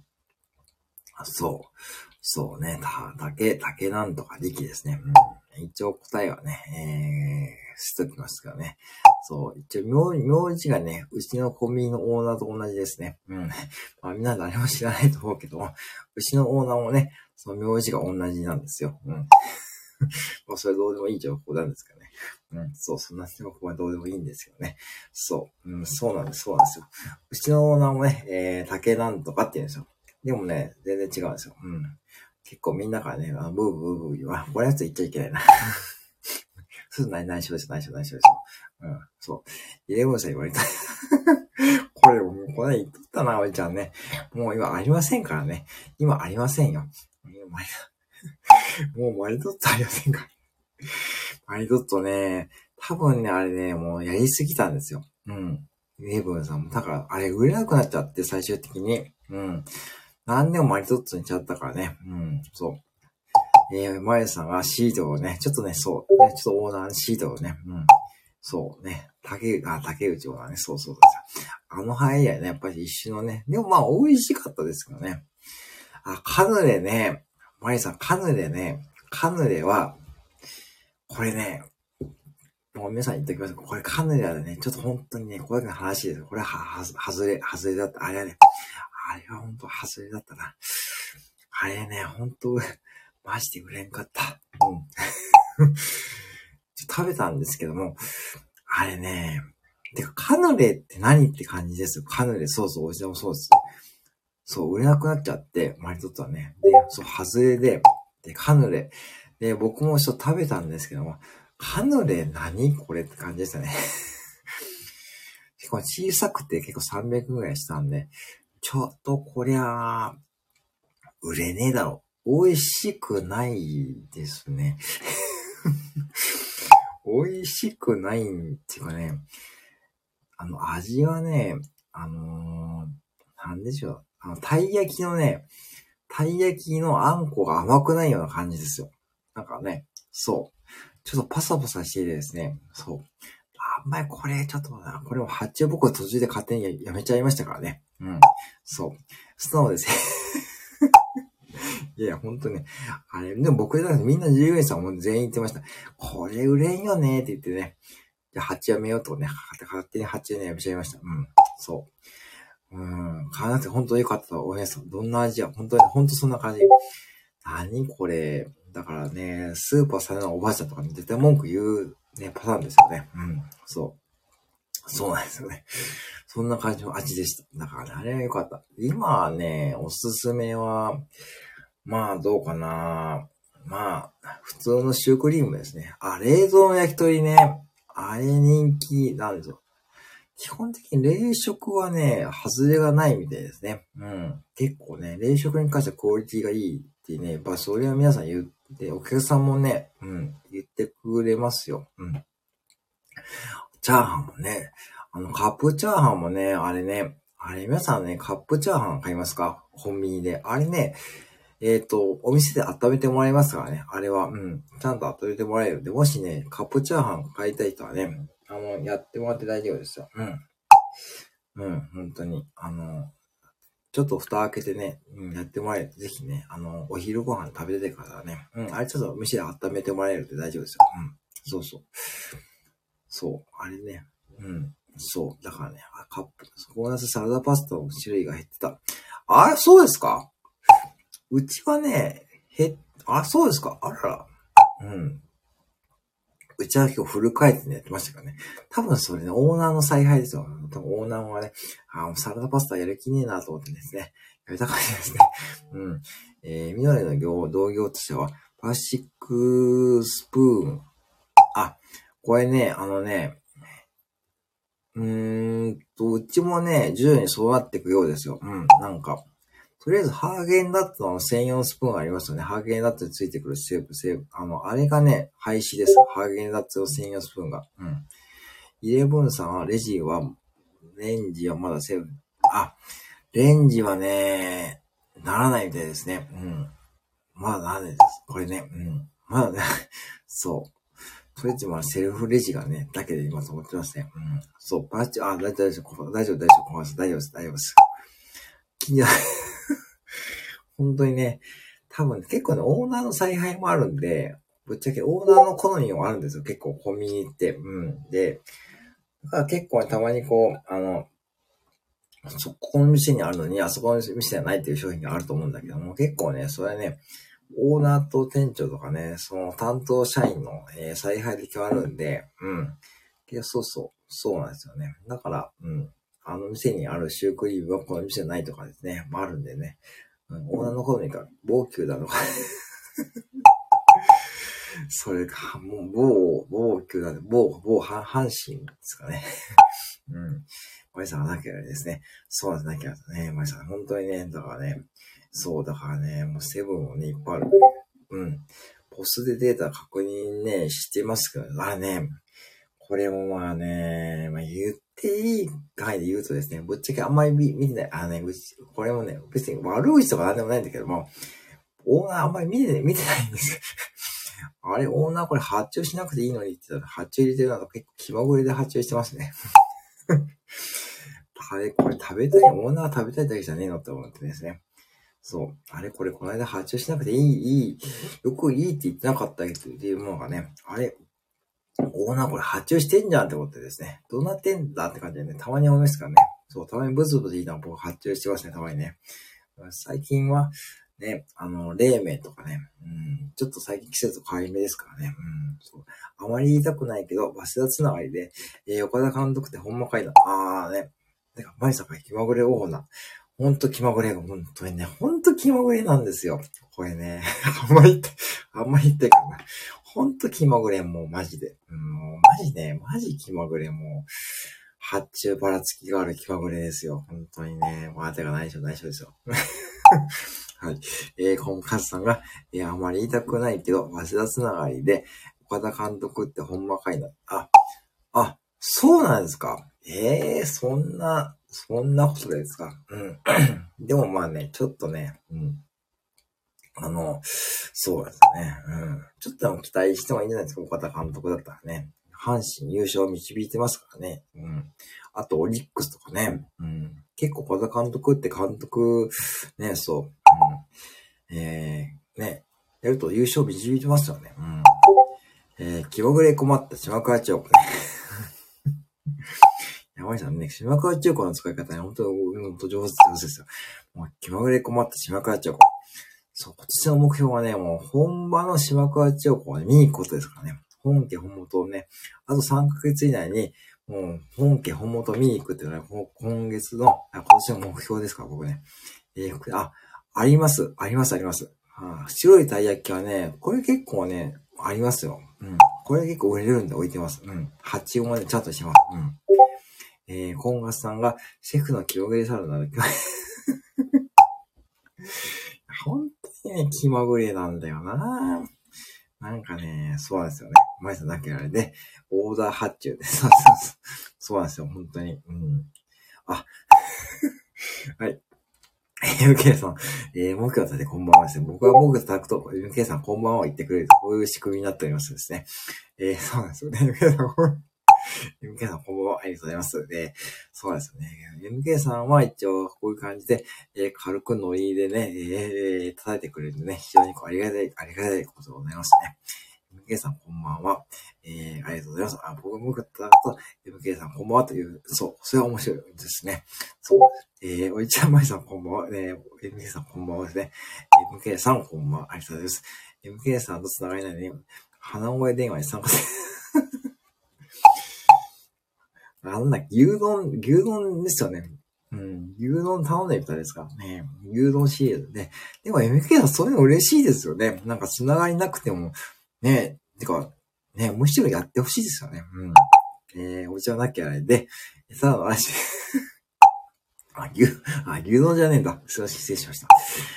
そうね。竹なんとか力ですね。一応答えはね、しときますけどね。そう、一応名字がね、うちのコンビニのオーナーと同じですね。みんな誰も知らないと思うけど、うちのオーナーもね、その名字が同じなんですよ。それどうでもいい情報なんですけどね。そんな情報はどうでもいいんですよね。そうなんですよ。うちのオーナーもね、竹なんとかって言うんですよ。でもね、全然違うんですよ。結構みんなからね、ブーブー言わ、これやつ言っちゃいけないな。内緒です。そう。イレブンさん言われた。これもうこれ言っとったな、おいちゃんね。もう今ありませんからね。今ありませんよ。もうマリトットありませんから。マリトットね、多分ね、あれね、もうやりすぎたんですよ。イレブンさんも。だから、あれ売れなくなっちゃって、最終的に。何でもマリトッツォにしちゃったからね。そう。マリさんがシートをね、ちょっとね、そう。ね、ちょっとオーナーのシートをね、そうね。竹内オーナーね、そうです。あの入りはね、やっぱり一瞬のね。でも美味しかったですけどね。カヌレね。マリさん、カヌレは、これね、もう皆さん言っておきます。これカヌレはね、ちょっと本当にね、これだけの話です。これは、外れだった。あれは本当外れだったな。あれね、本当マジで売れんかった。食べたんですけども、あれね、てかカヌレって何って感じです。カヌレ、そう、おじさんもそうです。そう、売れなくなっちゃって、マリトッツォはね。で、そう、外れで、カヌレ。で、僕もちょっと食べたんですけども、カヌレ何これって感じでしたね。結構小さくて結構300ぐらいしたんで、ちょっとこりゃ、売れねえだろ。美味しくないですね。美味しくないっていうかね、味はね、なんでしょう。たい焼きのね、 たい焼きのあんこが甘くないような感じですよ。なんかね、そう。ちょっとパサパサしていてですね、そう。あんまりこれ、ちょっとな、これも発注僕途中で勝手にやめちゃいましたからね。うん。そう。そうですね。いや、ほんとね。あれ、でも僕じゃなくてみんな従業員さんも全員言ってました。これ売れんよねって言ってね。じゃあ発注やめようとね、勝手に発注ね、やめちゃいました。うん。そう。買わなくて本当に良かったと思います。どんな味や、本当そんな感じ。何これ。だからね、スーパーさんのおばあちゃんとかに絶対文句言うね、パターンですよね。うん。そう。そうなんですよね。そんな感じの味でした。だからね、あれは良かった。今はね、おすすめは、まあ、どうかな。まあ、普通のシュークリームですね。あ、冷蔵の焼き鳥ね。あれ人気なんですよ。基本的に冷食はね、外れがないみたいですね。うん。結構ね、冷食に関してはクオリティがいいってね、やっぱそれは皆さん言って、お客さんもね、言ってくれますよ。うん。チャーハンもね、カップチャーハンもね、あれね、あれ皆さんね、カップチャーハン買いますか？コンビニで。あれね、お店で温めてもらいますからね。あれは、ちゃんと温めてもらえるんで、もしね、カップチャーハン買いたい人はね、やってもらって大丈夫ですよ。本当に。ちょっと蓋開けてね、やってもらえる。ぜひね、お昼ご飯食べてからね、あれちょっと飯で温めてもらえるんで大丈夫ですよ。そうそう。そう、あれね、そう。だからね、カップ、ボーナスサラダパスタの種類が減ってた。あれ、そうですか？うちはね、そうですか？あらら。うちは今日フル回転でやってましたからね。多分それね、オーナーの采配ですよ。多分オーナーはね、サラダパスタやる気ねえなと思ってですね、やりたかったですね。緑の同業としては、プラスチックスプーン。あ、これね、うちもね、徐々にそうなっていくようですよ。なんか、とりあえずハーゲンダッツの専用スプーンありますよね。ハーゲンダッツについてくるセーブ。あれがね、廃止です。ハーゲンダッツの専用スプーンが。イレブンさんは、レンジはまだセーブ。あ、レンジはね、ならないみたいですね。まだならないです。これね、まだね、そう。とりあえずまあセルフレジがね、だけで今と思ってますね。そう、大丈夫、大丈夫、大丈夫です。本当にね、多分結構ね、オーナーの采配もあるんで、ぶっちゃけオーナーの好みもあるんですよ。結構コンビニって。で、だから結構ね、たまにこう、そこの店にあるのに、あそこの店じゃないっていう商品があると思うんだけども、結構ね、それね、オーナーと店長とかね、その担当社員の、采配で決まるんで、そうなんですよね。だから、あの店にあるシュークリームはこの店じゃないとかですね、あるんでね、オーナーの好みか、某球だとか、それか、もう、某球だね、阪神ですかね。マリさんがなきゃですね。そうです、なきゃね。マリさん、本当にね、だからね、そう、だからね、もうセブンもね、いっぱいある。ポスでデータ確認ね、してますけど、あれね、これもまあね、言っていい範囲で言うとですね、ぶっちゃけあんまり見てない。これもね、別に悪い人がなんでもないんだけども、オーナーあんまり見てないんですよ。あれ、オーナーこれ発注しなくていいのにって言ったら、発注入れてるのが結構気まぐれで発注してますね。あれ、これ食べたい、オーナー食べたいだけじゃねえのって思ってですね。そう。あれ、これ、この間発注しなくてよくいいって言ってなかったっていうものがね、あれ、オーナーこれ発注してんじゃんってことでですね。どうなってんだって感じでね、たまに思いますからね。そう、たまにブツブツいいの僕発注してますね、たまにね。最近は、ね、冷麺とかね、ちょっと最近季節変わり目ですからね、そう。あまり言いたくないけど、早稲田つながりで、岡田監督ってほんまかいな。ね。なんか、マリさんが気まぐれオーナー。ほんと気まぐれが、本当にね、ほんと気まぐれなんですよ。これね、あんま言ってかな。ほんと気まぐれ、もうマジで。もうマジ気まぐれ、もう、発注ばらつきがある気まぐれですよ。本当にね、てか内緒ですよ。はい。このカズさんが、あまり言いたくないけど、早稲田つながりで、岡田監督ってほんまかいな。そうなんですか。そんなことですか。でもまあね、ちょっとね、 そうですね。ちょっとでも期待してもいいんじゃないですか、岡田監督だったらね。阪神優勝を導いてますからね。あと、オリックスとかね。結構岡田監督って監督、ね、そう。ね、やると優勝導いてますよね。気まぐれ困った島倉千代子ね。山井さんね、島倉千代子の使い方ね、本当上手ですよ。もう気まぐれ困った島倉千代子。そう、今年の目標はね、もう本場の島倉千代子を、ね、見に行くことですからね。本家本元をね、あと3ヶ月以内に、もう本家本元を見に行くっていうのは、今年の目標ですから、僕ね。あります。白いたい焼きはね、これ結構ね、ありますよ。これ結構売れるんで置いてます。発注もね、ちゃんとします。今月さんが、シェフの気まぐれサラダで、本当にね、気まぐれなんだよな。なんかね、そうなんですよね。前さんだけあれで、オーダー発注で、そうなんですよ、本当に。はい。MK さん、目標立ててこんばんはですね。僕は目標叩くと、MK さんこんばんは言ってくれると、こういう仕組みになっておりますですね。そうなんですよね。MK さんこんばんは。ありがとうございます。そうですね。MK さんは一応こういう感じで、軽くノリでね、叩いてくれるんでね、非常にありがたいことでございますね。MK さんこんばんは。ありがとうございます。僕も叩くと、MK さんこんばんはという、そう、それは面白いですね。そう。おいちゃんまいさんこんばんは。MK さんこんばんはですね。MK さんこんばんは。ありがとうございます。MK さんと繋がりないのに、鼻声電話に参加なんだ、牛丼ですよね。牛丼頼んでみたらですからね。牛丼シリーズで。でも MK さんそういうの嬉しいですよね。なんか繋がりなくても、ね、てか、ね、むしろやってほしいですよね。お茶なきゃあれで、ただの話。牛丼じゃねえんだ。失礼しました。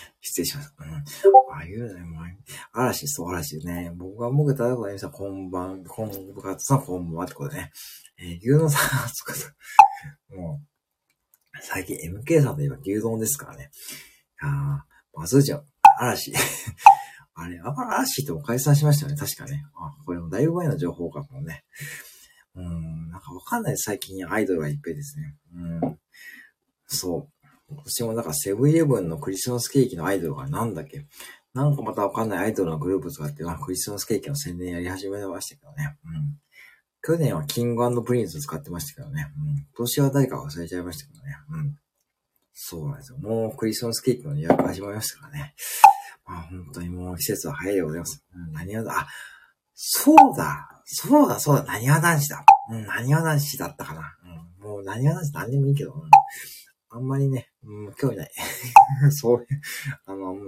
牛丼ね、嵐ね。僕ただこさん、こんばんはってことでね。牛丼さん、もう、最近 MK さんといえば牛丼ですからね。松内は、嵐。あれ、嵐っても解散しましたよね、確かね。これもだいぶ前の情報かもね。なんかわかんない最近アイドルがいっぱいですね。そう。今年もなんかセブンイレブンのクリスマスケーキのアイドルがなんだっけなんかまたわかんないアイドルのグループ使って、クリスマスケーキの宣伝やり始めましたけどね。去年はキング&プリンス使ってましたけどね。今年は誰か忘れちゃいましたけどね。そうなんですよ。もうクリスマスケーキの予約始まりましたからね。本当にもう季節は早いでございます。そうだ、なにわ男子だ。なにわ男子だったかな。もうなにわ男子何でもいいけど、あんまりね、興味ない。そういう、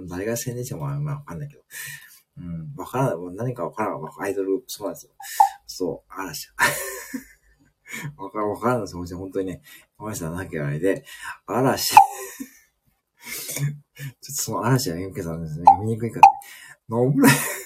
誰が宣伝してもわかんないけど。わからない。もう何かわからん。アイドル、そうなんですよ。そう、嵐。わからんですよ。本当にね、ごめんなさい、なきゃあれで、嵐。ちょっとその嵐は MK さんですね、見にくいから、野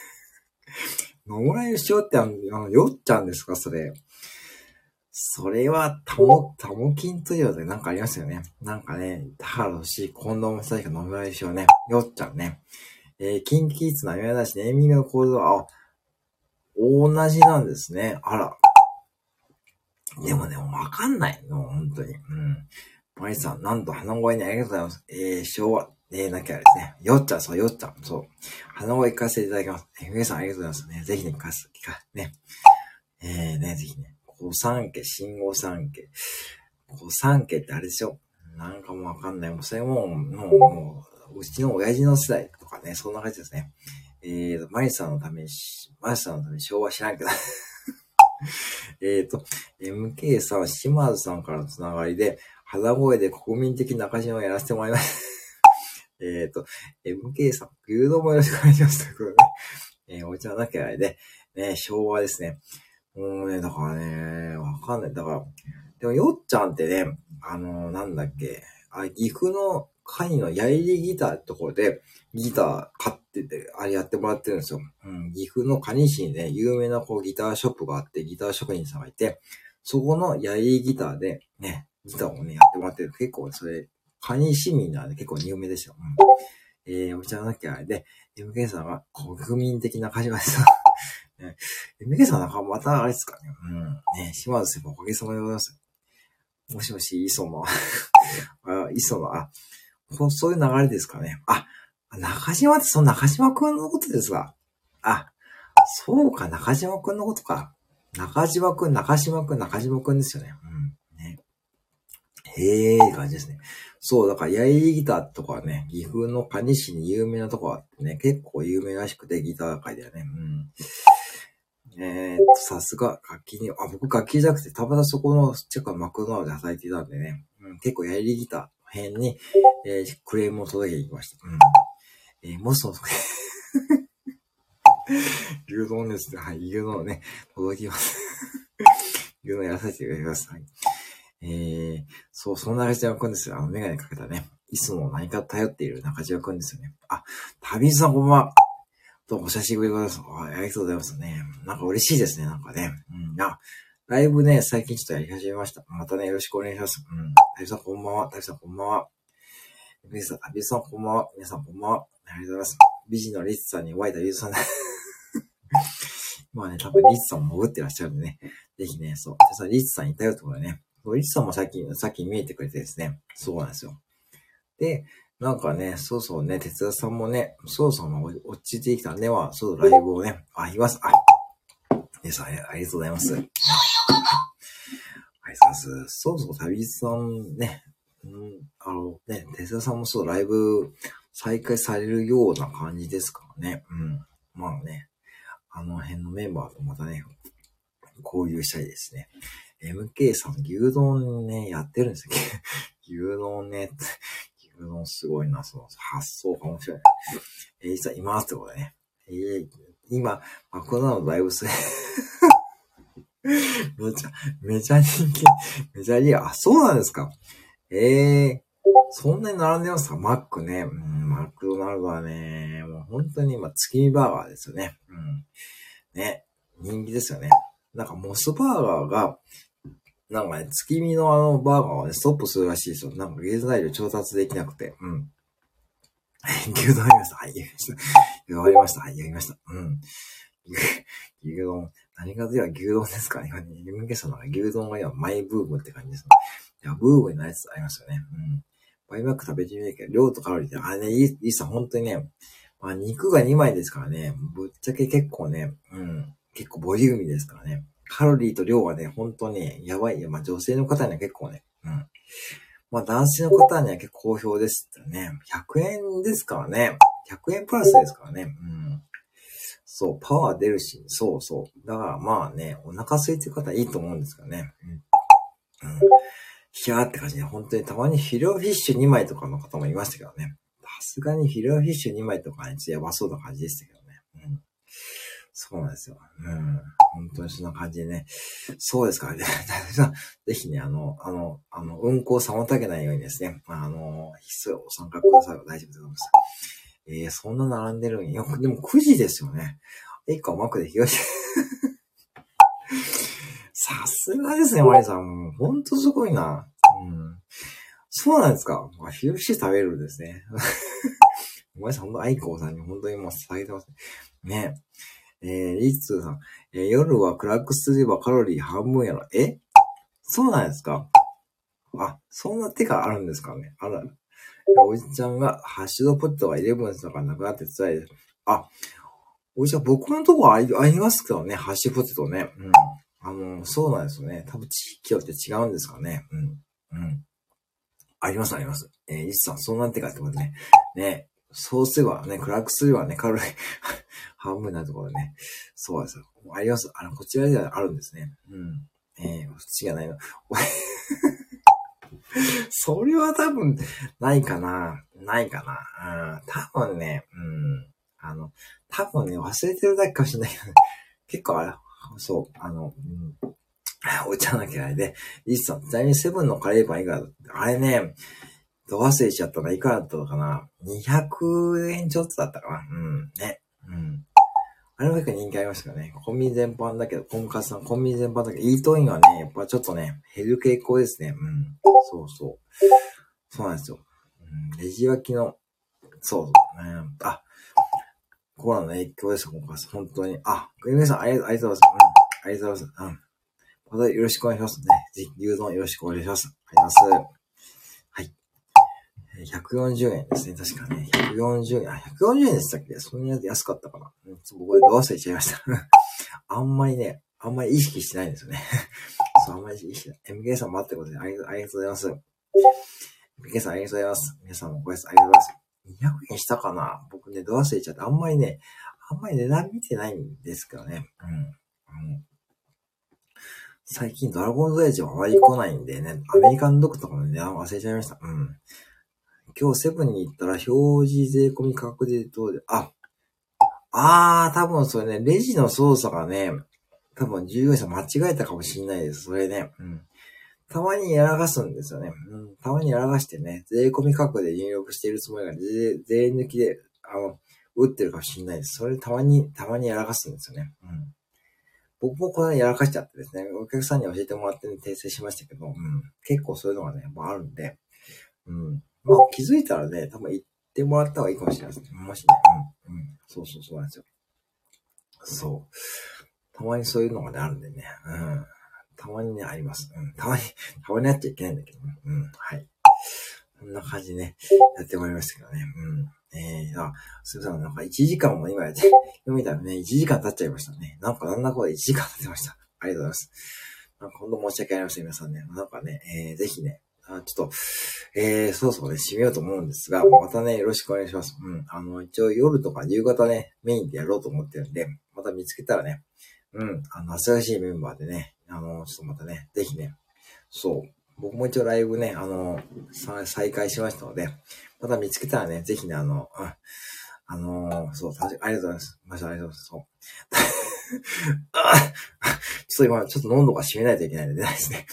村義雄ってよっちゃんですか、それ。それは、タモキンというのでなんかありますよね。なんかね、田原俊、近藤正彦、野村義雄ね、よっちゃんね。キンキキッズの宮田氏、ネーミングの構造は、同じなんですね。あら。でもね、わかんないの、本当に。マリさん、なんと鼻声にありがとうございます。昭和、なきゃですね。よっちゃん、そう。鼻声聞かせていただきます。皆さんありがとうございますね。ぜひね、ね。ぜひね。御三家、新御三家。御三家ってあれでしょ。なんかもうわかんない。もうそれもう、うちの親父の世代とかね、そんな感じですね。マリさんのために昭和知らんけど。MK さん、島津さんからのつながりで、肌声で国民的中島をやらせてもらいます。MK さん、牛丼もよろしくお願いします。ということで、お茶なきゃあれで、ね、昭和ですね。もうね、だからね、わかんない。だから、でも、よっちゃんってね、なんだっけ、岐阜の会のやりギターってところで、ギター買ってて、あれやってもらってるんですよ。岐阜の蟹市にね、有名なギターショップがあって、ギター職人さんがいて、そこのやりギターで、ね、ギターをね、やってもらってる。結構、それ、蟹市民なんで結構有名ですよ。 お茶なきゃあれで、MK さんは国民的中島さん。MK さんなんかまたあれですかね。ね、島津先輩おかげさまでございます。もしもし、磯野。磯野、そういう流れですかね。中島ってその中島くんのことですが。そうか、中島くんのことか。中島くんですよね。ね。感じですね。そう、だから、ヤイリギターとかね、岐阜の蟹市に有名なとこあってね、結構有名らしくて、ギター界ではね。さすが、楽器に、僕楽器じゃなくて、たまたまそこの、チェックマクドナルドで働いていたんでね、結構ヤイリギター編に、クレームを届けてきました。もしその時、牛丼ですね。はい、牛丼ね、届きます。牛丼やらせてください。そんな中島くんですよ。メガネかけたね。いつも何か頼っている中島くんですよね。旅さんこんばんは。どうもお久しぶりでございます。ありがとうございますね。なんか嬉しいですね、なんかね。ライブね、最近ちょっとやり始めました。またね、よろしくお願いします。旅さんこんばんは。旅さんこんばんは。旅さんこんばんは。皆さんこんばんは。ありがとうございます。美人のリツさんに湧いたリツさんまあね、多分リツさんも潜ってらっしゃるんでね。ぜひね、リツさんいたよってことでね。リツさんもさっき見えてくれてですね。そうなんですよ。で、なんかね、そうね、哲也さんもね、そう落ち着いてきたんでは、ライブをね、います。皆さん、ありがとうございます。ありがとうございます。旅さんね、哲也さんもライブ再開されるような感じですからね。まあね、あの辺のメンバーとまたね、交流したいですね。MK さん、牛丼ね、やってるんですよ。牛丼ね、牛丼すごいな、その発想が面白い。実はいますってことね。今、マクドナルドライブスめちゃ人気、めちゃリア。そうなんですか。そんなに並んでますか？マックね。マクドナルドはね、もう本当に今、月見バーガーですよね。ね、人気ですよね。なんかモスバーガーが、なんかね、月見のバーガーをね、ストップするらしいですよ。なんか原材料調達できなくて。牛丼ありました。はい、やりました。やりました。はい、やりました。牛丼。何かといえば牛丼ですかね。今ね、MK さんの牛丼が今マイブームって感じですね。いや、ブームになりつつありますよね。バイマック食べてみるけど、量とカロリーって、いいさ、本当にね、肉が2枚ですからね、ぶっちゃけ結構ね、結構ボリューミーですからね。カロリーと量はね、本当にやばい。女性の方には結構ね、男性の方には結構好評ですってね。100円ですからね。100円プラスですからね。パワー出るし、だからまあね、お腹空いてる方はいいと思うんですけどね。ひゃーって感じで、本当にたまにフィレオフィッシュ2枚とかの方もいましたけどね。さすがにフィレオフィッシュ2枚とかにやばそうな感じでしたけどね。そうなんですよ。本当にそんな感じでね。そうですからね。ぜひね、運行を妨げないようにですね、必須ご参加ください。大丈夫でございます。そんな並んでるんや。でも9時ですよね。一個マックで東。さすがですね、マリさん。ほんとすごいな。そうなんですか。ヒロシ食べるんですね。マリさん、ほんとアイコーさんに本当にもう捧げてますね。リッツーさん、夜はクラックすればカロリー半分やろ。そうなんですか。そんな手があるんですかね。おじちゃんがハッシュドポテトが11とかなくなって辛いです。おじちゃん、僕のとこありますけどね、ハッシュポテトね。そうなんですよね。多分地域によって違うんですかね。あります。リツさん、そうなってかってことね。ね。そうすればね、クラックすればね、カロリー半分なところね。そうですよ。あります。こちらではあるんですね。こっちがないの。それは多分、ないかな。多分ね、多分ね、忘れてるだけかもしれないけど、結構お茶なきゃあれで、リツさん、ちなみにセブンのカレーパンいくらだった？あれね、ど忘れちゃったな。いくらだったのかな ?200 円ちょっとだったかな。あれも結構人気ありましたよね。コンビニ全般だけど、コンカツさん、コンビニ全般だけど、イートインはね、やっぱちょっとね、減る傾向ですね。そうなんですよ。レジ脇のそうそう。コロナの影響です、今回。本当に。グリメさん、ありがとうございます。ありがとうございます。またよろしくお願いしますね。ぜひ、牛丼よろしくお願いします。ありがとうございます。はい。140円ですね。確かね。140円。140円でしたっけ？そんな安かったかな。僕で忘れちゃいました。あんまり意識してないんですよね。そう、あんまり意識してない。MK さん待ってください。ありがとうございます。MK さんありがとうございます。皆さんもご挨拶ありがとうございます。200円したかな？僕ね、ど忘れちゃって、あんまり値段見てないんですけどね。最近ドラゴンズエイジはあまり来ないんでね、アメリカンドッグとかの値段忘れちゃいました。今日セブンに行ったら表示税込み価格でどうで、多分それね、レジの操作がね、多分従業員さん間違えたかもしれないです。それね。たまにやらかすんですよね。たまにやらかしてね、税込み価格で入力しているつもりが税抜きで、打ってるかもしれないです。それたまにやらかすんですよね。僕もこのやらかしちゃってですね、お客さんに教えてもらって、訂正しましたけど、結構そういうのがね、あるんで、気づいたらね、多分言ってもらった方がいいかもしれないですね。もしね。そうなんですよ。そう。たまにそういうのがね、あるんでね。たまにね、あります。たまにやっちゃいけないんだけどね。はい。こんな感じでね、やってまいりましたけどね。すいません、なんか1時間も今読みたらね、1時間経っちゃいましたね。なんなことで1時間経ってました。ありがとうございます。本当申し訳ありません、皆さんね。ぜひね、ちょっと、そろそろね、締めようと思うんですが、またね、よろしくお願いします。一応夜とか夕方ね、メインでやろうと思ってるんで、また見つけたらね、新しいメンバーでね、ちょっとまたね、ぜひね、そう、僕も一応ライブね、再開しましたので、また見つけたらね、ぜひね、そう、ありがとうございます。ありがとうございます。そう。ちょっと喉が締めないといけないので出ないですね。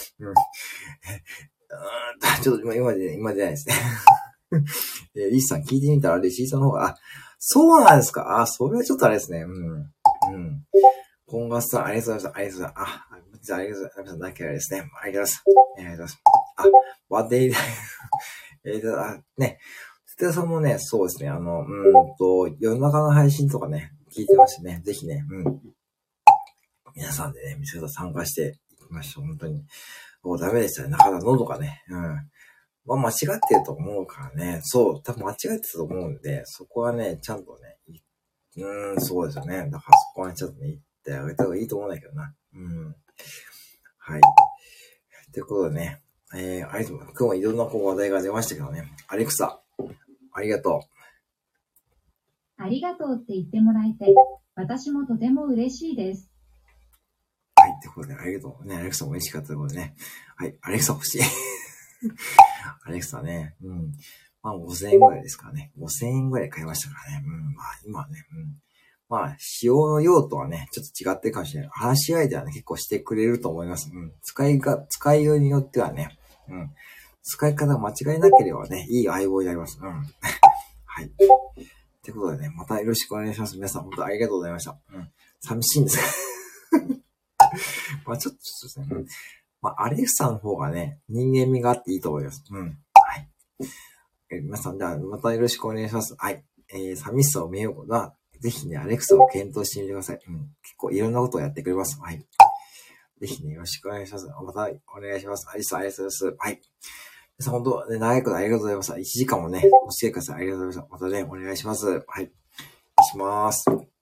ちょっと今出ないですね。リスさん聞いてみたらレシーさんの方が、そうなんですか。それはちょっとあれですね。ポンガスさん、ありがとうございます。ありがとうございます。ありがとうございます。なきゃですね。ありがとうございます。ありがとうございます。ワンデイね。ステラさんもね、そうですね。夜中の配信とかね、聞いてましてね。ぜひね、皆さんでね、店と参加していきましょう。本当に。ダメでしたね。なかなか喉がね。間違ってると思うからね。そう、多分間違ってると思うんで、そこはね、ちゃんとね、そうですよね。だからそこはね、ちょっとね、言ってあげた方がいいと思うんだけどな。はい。ということでね、ありがとうございます。今日もいろんな話題が出ましたけどね。アレクサ、ありがとう。ありがとうって言ってもらえて、私もとても嬉しいです。 はい。ということで、ありがとう。ね、アレクサも嬉しかったということでね。はい。アレクサ欲しい。アレクサね。5000円ぐらいですからね。5000円ぐらい買いましたからね。今ね。使用用途はね、ちょっと違ってるかもしれない。話し相手はね、結構してくれると思います。使いようによってはね、使い方が間違いなければね、いい相棒になります。はい。ということでね、またよろしくお願いします。皆さん、本当ありがとうございました。寂しいんですが。ちょっとですね。アレクサの方がね、人間味があっていいと思います。はい。皆さん、じゃあ、またよろしくお願いします。はい。寂しさを見ような、ぜひね、アレクサを検討してみてください。結構いろんなことをやってくれます。はい。ぜひね、よろしくお願いします。またお願いします。ありがとうございます。はい。皆さん、本当ね、長いことありがとうございました。1時間もね、お付き合いください。ありがとうございました。またね、お願いします。はい。お願いします。